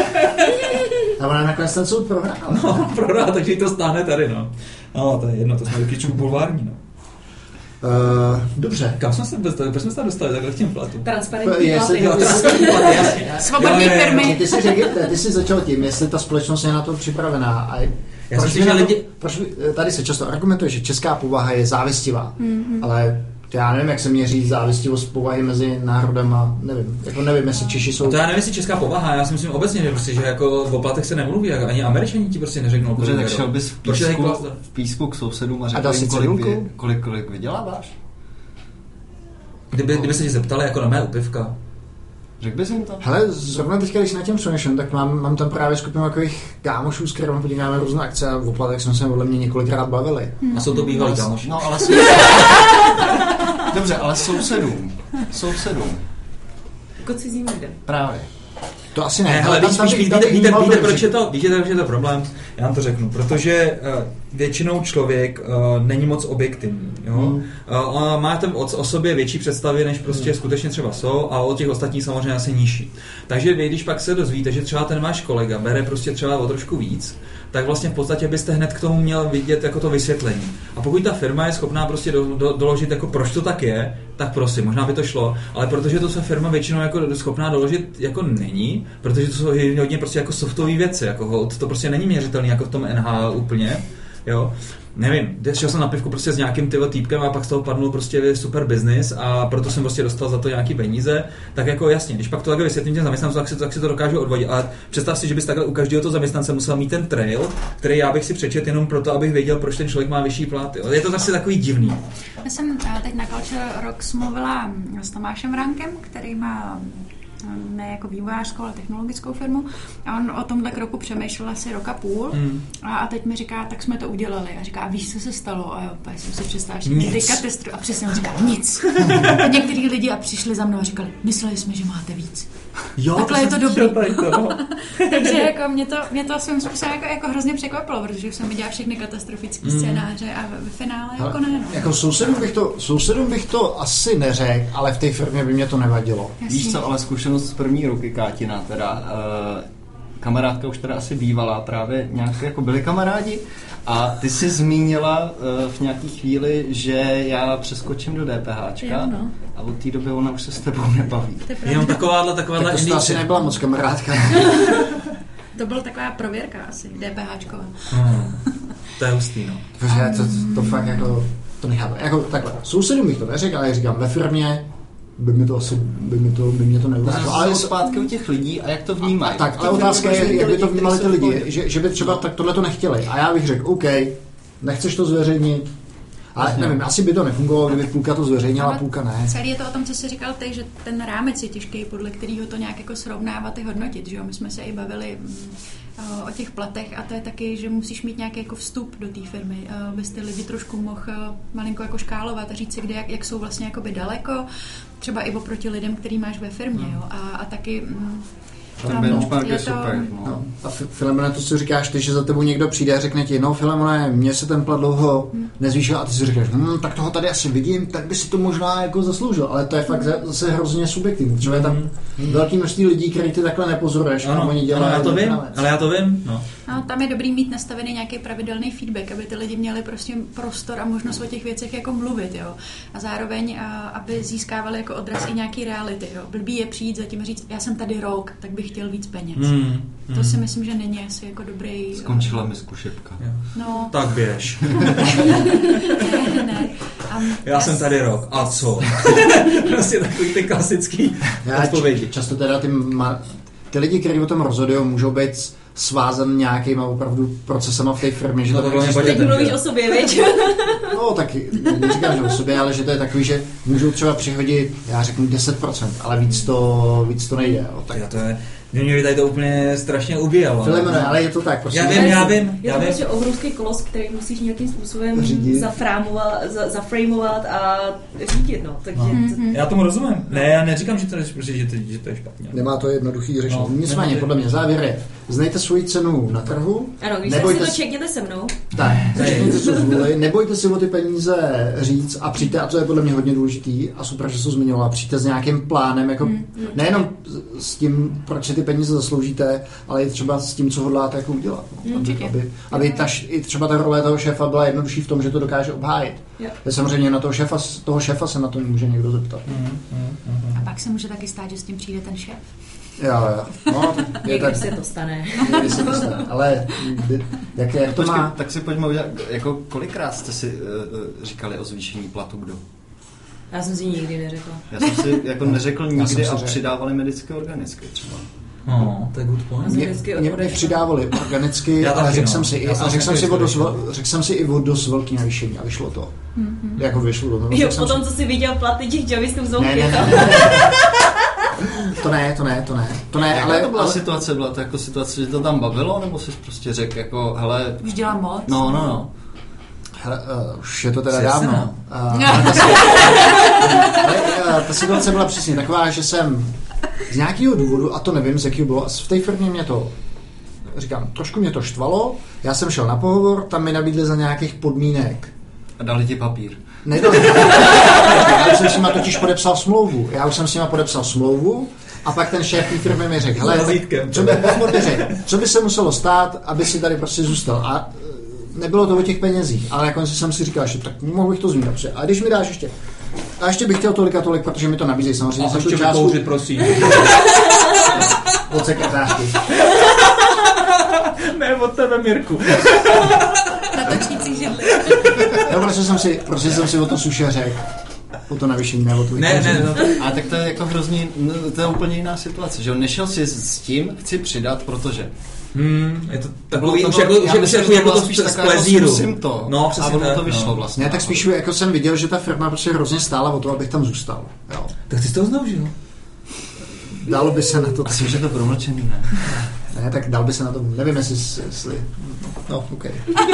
a ona nakonec ten soud prohrál.
No, prohrál, takže jí to stáhne tady, no. No, to je jedno, to jsme taky čů bulvární, no.
Uh, dobře.
Kam jsme se dostali? Proč jsme se tam dostali takhle k těm platům?
Transparentní platy.
Transparentní platy, jasně.
Svobodní firmy.
Ty jsi, řekl, ty jsi začal tím, jestli ta společnost je na to připravená. A
já
proč
si, že lidi...
proč, tady se často argumentuje, že česká povaha je závistivá, mm-hmm. ale já nevím, jak se měří závistivost povahy mezi národama, nevím, jako nevím, jestli Češi jsou...
A to já nevím, jestli česká povaha, já si myslím obecně, že prostě, že jako o platech se nemluví, ani Američani ti prostě neřeknou.
Dobře, tak šel bys v písku, v písku k sousedům a řekl jim, kolik, vy, kolik, kolik vyděláváš?
Kdyby, kdyby se tě zeptali, jako na mé upivka.
Řekl bys jim to?
Hele, zrovna teďka, když na těm přemýšlím, tak mám, mám tam právě skupinu takových kámošů, s kterými podíkáme různé akce a v oplatech jsme se podle mě několikrát bavili.
Hmm. A jsou to bývalí kámoši.
No, ale jsou... Dobře, ale sousedům. Sousedům.
Jako cizím lidem.
Právě.
To asi ne.
Ne, hele, víš, víš, víte, víte, víte, proč je to, víte, proč je to problém? Já vám to řeknu, protože uh, většinou člověk uh, není moc objektivní, jo? Hmm. Uh, máte o, o sobě větší představy, než prostě hmm. skutečně třeba jsou a o těch ostatních samozřejmě asi nižší. Takže vy, když pak se dozvíte, že třeba ten váš kolega bere prostě třeba o trošku víc, tak vlastně v podstatě byste hned k tomu měl vidět jako to vysvětlení. A pokud ta firma je schopná prostě do, do, doložit, jako proč to tak je, tak prosím, možná by to šlo, ale protože to se firma většinou jako schopná doložit jako není, protože to jsou hodně prostě jako softové věci, jako to prostě není měřitelné jako v tom N H L úplně, jo. Nevím, šel jsem na pivku prostě s nějakým tyhle týpkem a pak z toho padnul prostě super business a proto jsem prostě dostal za to nějaký peníze, tak jako jasně, když pak to takhle vysvětlím těm zaměstnancům, tak si, tak si to dokážu odvodit, ale představ si, že bys takhle u každého toho zaměstnance musel mít ten trail, který já bych si přečet jenom proto, abych věděl, proč ten člověk má vyšší plat. Jo. Je to zase takový divný.
Já jsem teď na Culture Rocks mluvila s Tomášem Rankem, který má ne jako vývojářskou, ale technologickou firmu. A on o tomhle kroku přemýšlel asi rok a půl. Mm. A, a teď mi říká, tak jsme to udělali. A říká, víš, co se stalo? A já jsem si představila, že Erika testru. A přesně on říká, nic. A některý lidi a přišli za mnou a říkali, mysleli jsme, že máte víc.
Jo,
takhle
to
je to dobrý.
To.
Takže jako mě to, mě to svým způsobem jako, jako hrozně překvapilo, protože už jsem viděla všechny katastrofické mm. scénáře a ve finále ale jako ne. No.
Jako sousedům bych, to, sousedům bych to asi neřekl, ale v té firmě by mě to nevadilo.
Jasně.
Víš co, ale zkušenost z první ruky Kátina teda, uh, kamarádka už teda asi bývala, právě nějak jako byli kamarádi a ty jsi zmínila uh, v nějaký chvíli, že já přeskočím do DPHčka
jo, no.
a od té doby ona už se s tebou nebaví.
Jenom takováhle, takováhle
tak to, to asi nebyla moc kamarádka.
To byla taková prověrka asi, DPHčková.
Hmm. To je hustý, no.
Protože to, to fakt jako, to nechápu. Jako takhle, sousedům bych to neřekl, ale jak říkám, ve firmě by mi to asi, by mi to, by mě to neurazilo.
Ale zpátky u těch lidí a jak to vnímají.
Tak, ale otázka je, jak by to vnímali ty lidi, že, že by třeba tak tohle to nechtěli. A já bych řekl, OK, nechceš to zveřejnit, ale nevím, asi by to nefungovalo, kdyby půlka to zveřejnila, půlka ne.
Celý je to o tom, co jsi říkal ty, že ten rámec je těžký, podle kterého to nějak jako srovnávat a hodnotit, že jo? My jsme se i bavili o těch platech a to je taky, že musíš mít nějaký jako vstup do té firmy, abys ty lidi trošku mohl malinko jako škálovat a říct si, kde, jak, jak jsou vlastně jakoby daleko, třeba i oproti lidem, který máš ve firmě, jo? A, a taky...
Ten benchmark je, je
to...
super.
No. No. A Filemone, to si říkáš ty, že za tebou někdo přijde a řekne ti, no Filemone, mně se ten plat dlouho hmm. nezvýšil a ty si říkáš, hm, tak toho tady asi vidím, tak by si to možná jako zasloužil, ale to je fakt zase hrozně subjektivní. Třeba je tam hmm. velký množství lidí, který ty takhle nepozoruješ,
ano,
a oni dělají.
Ano, já to vím, ale já to vím. No.
No, tam je dobrý mít nastavený nějaký pravidelný feedback, aby ty lidi měli prostě prostor a možnost o těch věcech jako mluvit, jo. A zároveň, a, aby získávali jako odraz i nějaký reality, jo. Blbý je přijít za tím a říct, já jsem tady rok, tak bych chtěl víc peněz. Hmm, hmm. To si myslím, že není asi jako dobrý...
Skončila mi zkušebka.
No.
Tak běž.
ne, ne. Um,
já jsem tady rok. A co? Prostě takový ty klasický odpovědi.
Často teda ty, ma- ty lidi, kteří o tom rozhodují, můžou být svázan nějakýma opravdu procesama v té firmě, že
no
to
vlastně
teď mluvíš o sobě, viď?
No, tak neříkám, že o sobě, ale že to je takový, že můžou třeba přihodit, já řeknu deset procent, ale víc to, víc to nejde. Jo. Tak
já to je, mě tady to úplně strašně ubíjalo.
Filemone, ale je to tak, prostě.
Já vím, já vím.
Je to prostě obrovský kolos, který musíš nějakým způsobem zafrámovat, za, zaframovat a řídit, no. Takže
no. Já tomu rozumím. Ne, já neříkám, že to je, prostě, že to, že to je špatně.
Nemá to jednoduchý řešení. No, nicméně, podle mě závěr je, znejte svoji cenu na trhu.
Ano, když si to čekněte se mnou.
Tak, čekněte se zvůli, nebojte si o ty peníze říct a přijďte, a to je podle mě hodně důležitý a super, že se zmiňovala, přijďte s nějakým plánem, jako hmm, hmm. nejenom s tím, proč si ty peníze zasloužíte, ale i třeba s tím, co hodláte jako udělat. No. Aby, aby, aby ta, i třeba ta role toho šéfa byla jednodušší v tom, že to dokáže obhájit. Yeah. Samozřejmě na toho šéfa, toho šéfa se na to může někdo zeptat.
Mm, mm, mm.
A pak se může taky stát, že s tím přijde ten šéf.
Jo, jo. No,
je tak, se to stane.
Někdy se to stane, ale jak, jak to
Počkej,
má...
Tak si pojďme udělat, jako kolikrát jste si uh, říkali o zvýšení platu kdo?
Já jsem si nikdy neřekla.
Já jsem si jako neřekl nikdy a přidávali medické organické třeba.
No, to je good point.
Mě, mě, mě přidávali organicky, ale řekl jsem si, i, a řekl jsem si, dost, řekl jsem si i o dost velký navýšení a vyšlo to. Mm-hmm. Jako vyšlo to. No,
jo, potom, si... co jsi viděl platy těch javistů z
ne, ne, ne, To ne, to ne, to ne. To ne,
Jaká
ale
to byla
ale...
situace, byla to jako situace, že to tam bavilo, nebo jsi prostě řekl jako, hele...
Už dělám moc.
No, no, no.
Hele, uh, už je to teda dávno. Uh, ale, ta, ale uh, ta situace byla přesně taková, že jsem z nějakého důvodu, a to nevím, z jakého bylo, v té firmě mě to, říkám, trošku mě to štvalo, já jsem šel na pohovor, tam mi nabídli za nějakých podmínek.
A dali ti papír.
Nedali. Já jsem s nima totiž podepsal smlouvu. Já už jsem s nima podepsal smlouvu a pak ten šéf té firmy mi řekl, hele, co by, řekl, co by se muselo stát, aby si tady prostě zůstal. A nebylo to o těch penězích, ale nakonec jsem si říkal, že tak mohl bych to zmínit. A když mi dáš ještě, a ještě bych chtěl tolik a tolik, protože mi to nabízejí samozřejmě.
A ještě vykouřit, prosím.
Od sekretářky.
Ne, od tebe, Mirku.
Na točící židli.
No, protože jsem si, protože jsem si o to suše řekl. O to navýšení, ne o to
ne, ne, no.
A tak to je jako hrozně, no, to je úplně jiná situace, že nešel si s tím, chci přidat, protože
Hmm, je to takový, už jako, už myslím, jako, jako to spíš z plezíru.
Zkusím to,
no,
a ono to vyšlo no. vlastně.
Ne, tak spíš jako jsem viděl, že ta firma prostě hrozně stála o to, abych tam zůstal. Jo.
Tak ty jsi to zneužil.
Dalo by se na to...
Asi, že to promlčený, ne?
Ne, tak dal by se na to, nevím, jestli... jestli... No, OK.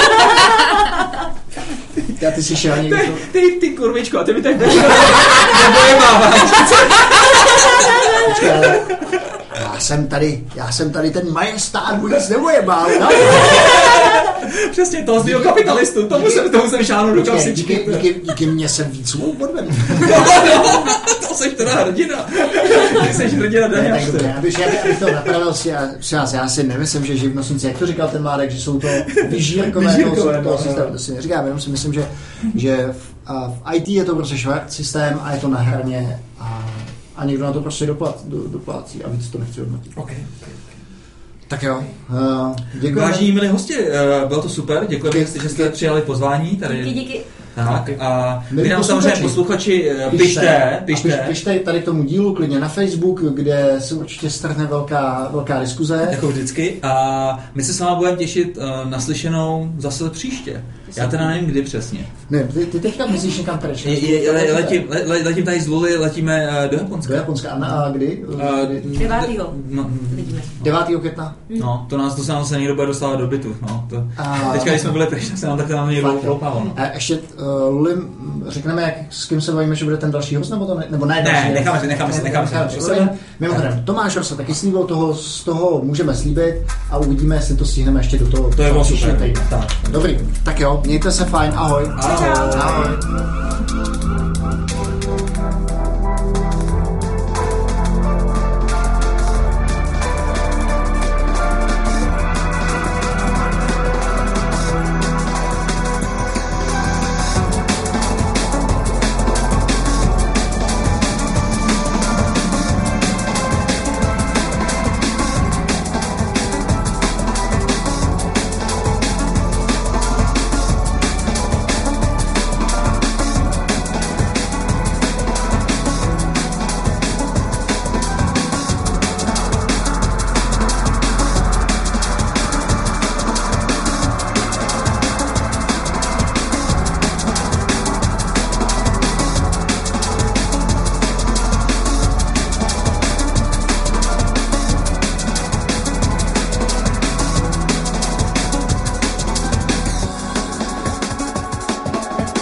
Já ty si šel někdo...
Ty, ty, ty kurvičko, a ty mi tak nebojemáváš.
Počkej, ale... Já jsem tady, já jsem tady ten majestát, vůbec nebojebál, no?
Přesně, toho zlýho kapitalistu, tomu jsem, tomu jsem šáhnu do kapsičky.
Díky, díky, díky mě jsem víc svou podvem.
No, no, to jsi teda hrdina. Ty jsi hrdina Daniel.
Já bych, já bych to napravil si, já, já si nemyslím, že živnostníci, jak to říkal ten Mádek, že jsou to vyžírkové toho, toho systému, to si neříkám, jenom si myslím, že, že v, v í té je to prostě švart systém a je to na hraně a a někdo na to prostě doplat, do, doplácí a víc to nechci hodnotit.
Okay, okay.
Tak jo, uh, děkujeme.
Vážení milí hosti, uh, bylo to super, děkujeme, že jste přijali pozvání. Tady
díky, díky.
Tak a
My
vy nám
posluchači.
samozřejmě posluchači pište, pište.
A piš, pište tady tomu dílu klidně na Facebook, kde se určitě strhne velká, velká diskuze.
Jako vždycky. A my se s vámi budeme těšit uh, na slyšenou zase příště. Já teda nevím, kdy přesně.
Ne, ty, ty teďka myslíš někam pryč.
Je, je, le, letím, le, letím tady z Luly, letíme uh, do Japonska.
Do Japonska. A, na, a kdy?
Uh,
devátého
No,
devátého května.
no, to nás to se nám se někdo bude dostávat do bytu. No, to,
A...
teďka, když jsme byli pryč, tak se nám tak tam někdo kloupával. No.
A ještě, uh, Luli, řekneme, jak, s kým se bavíme, že bude ten další host, nebo to ne? Nebo ne,
Ne,
další,
necháme si, necháme si, necháme si.
necháme si. Mimochodem, Tomáš Rosa taky slíbil, toho, z toho můžeme slíbit a uvidíme, jestli to stihneme ještě do toho.
To je bylo
příštího
super.
týdne.
Tak.
Dobrý, tak jo, mějte se fajn, ahoj.
Ahoj.
Ahoj.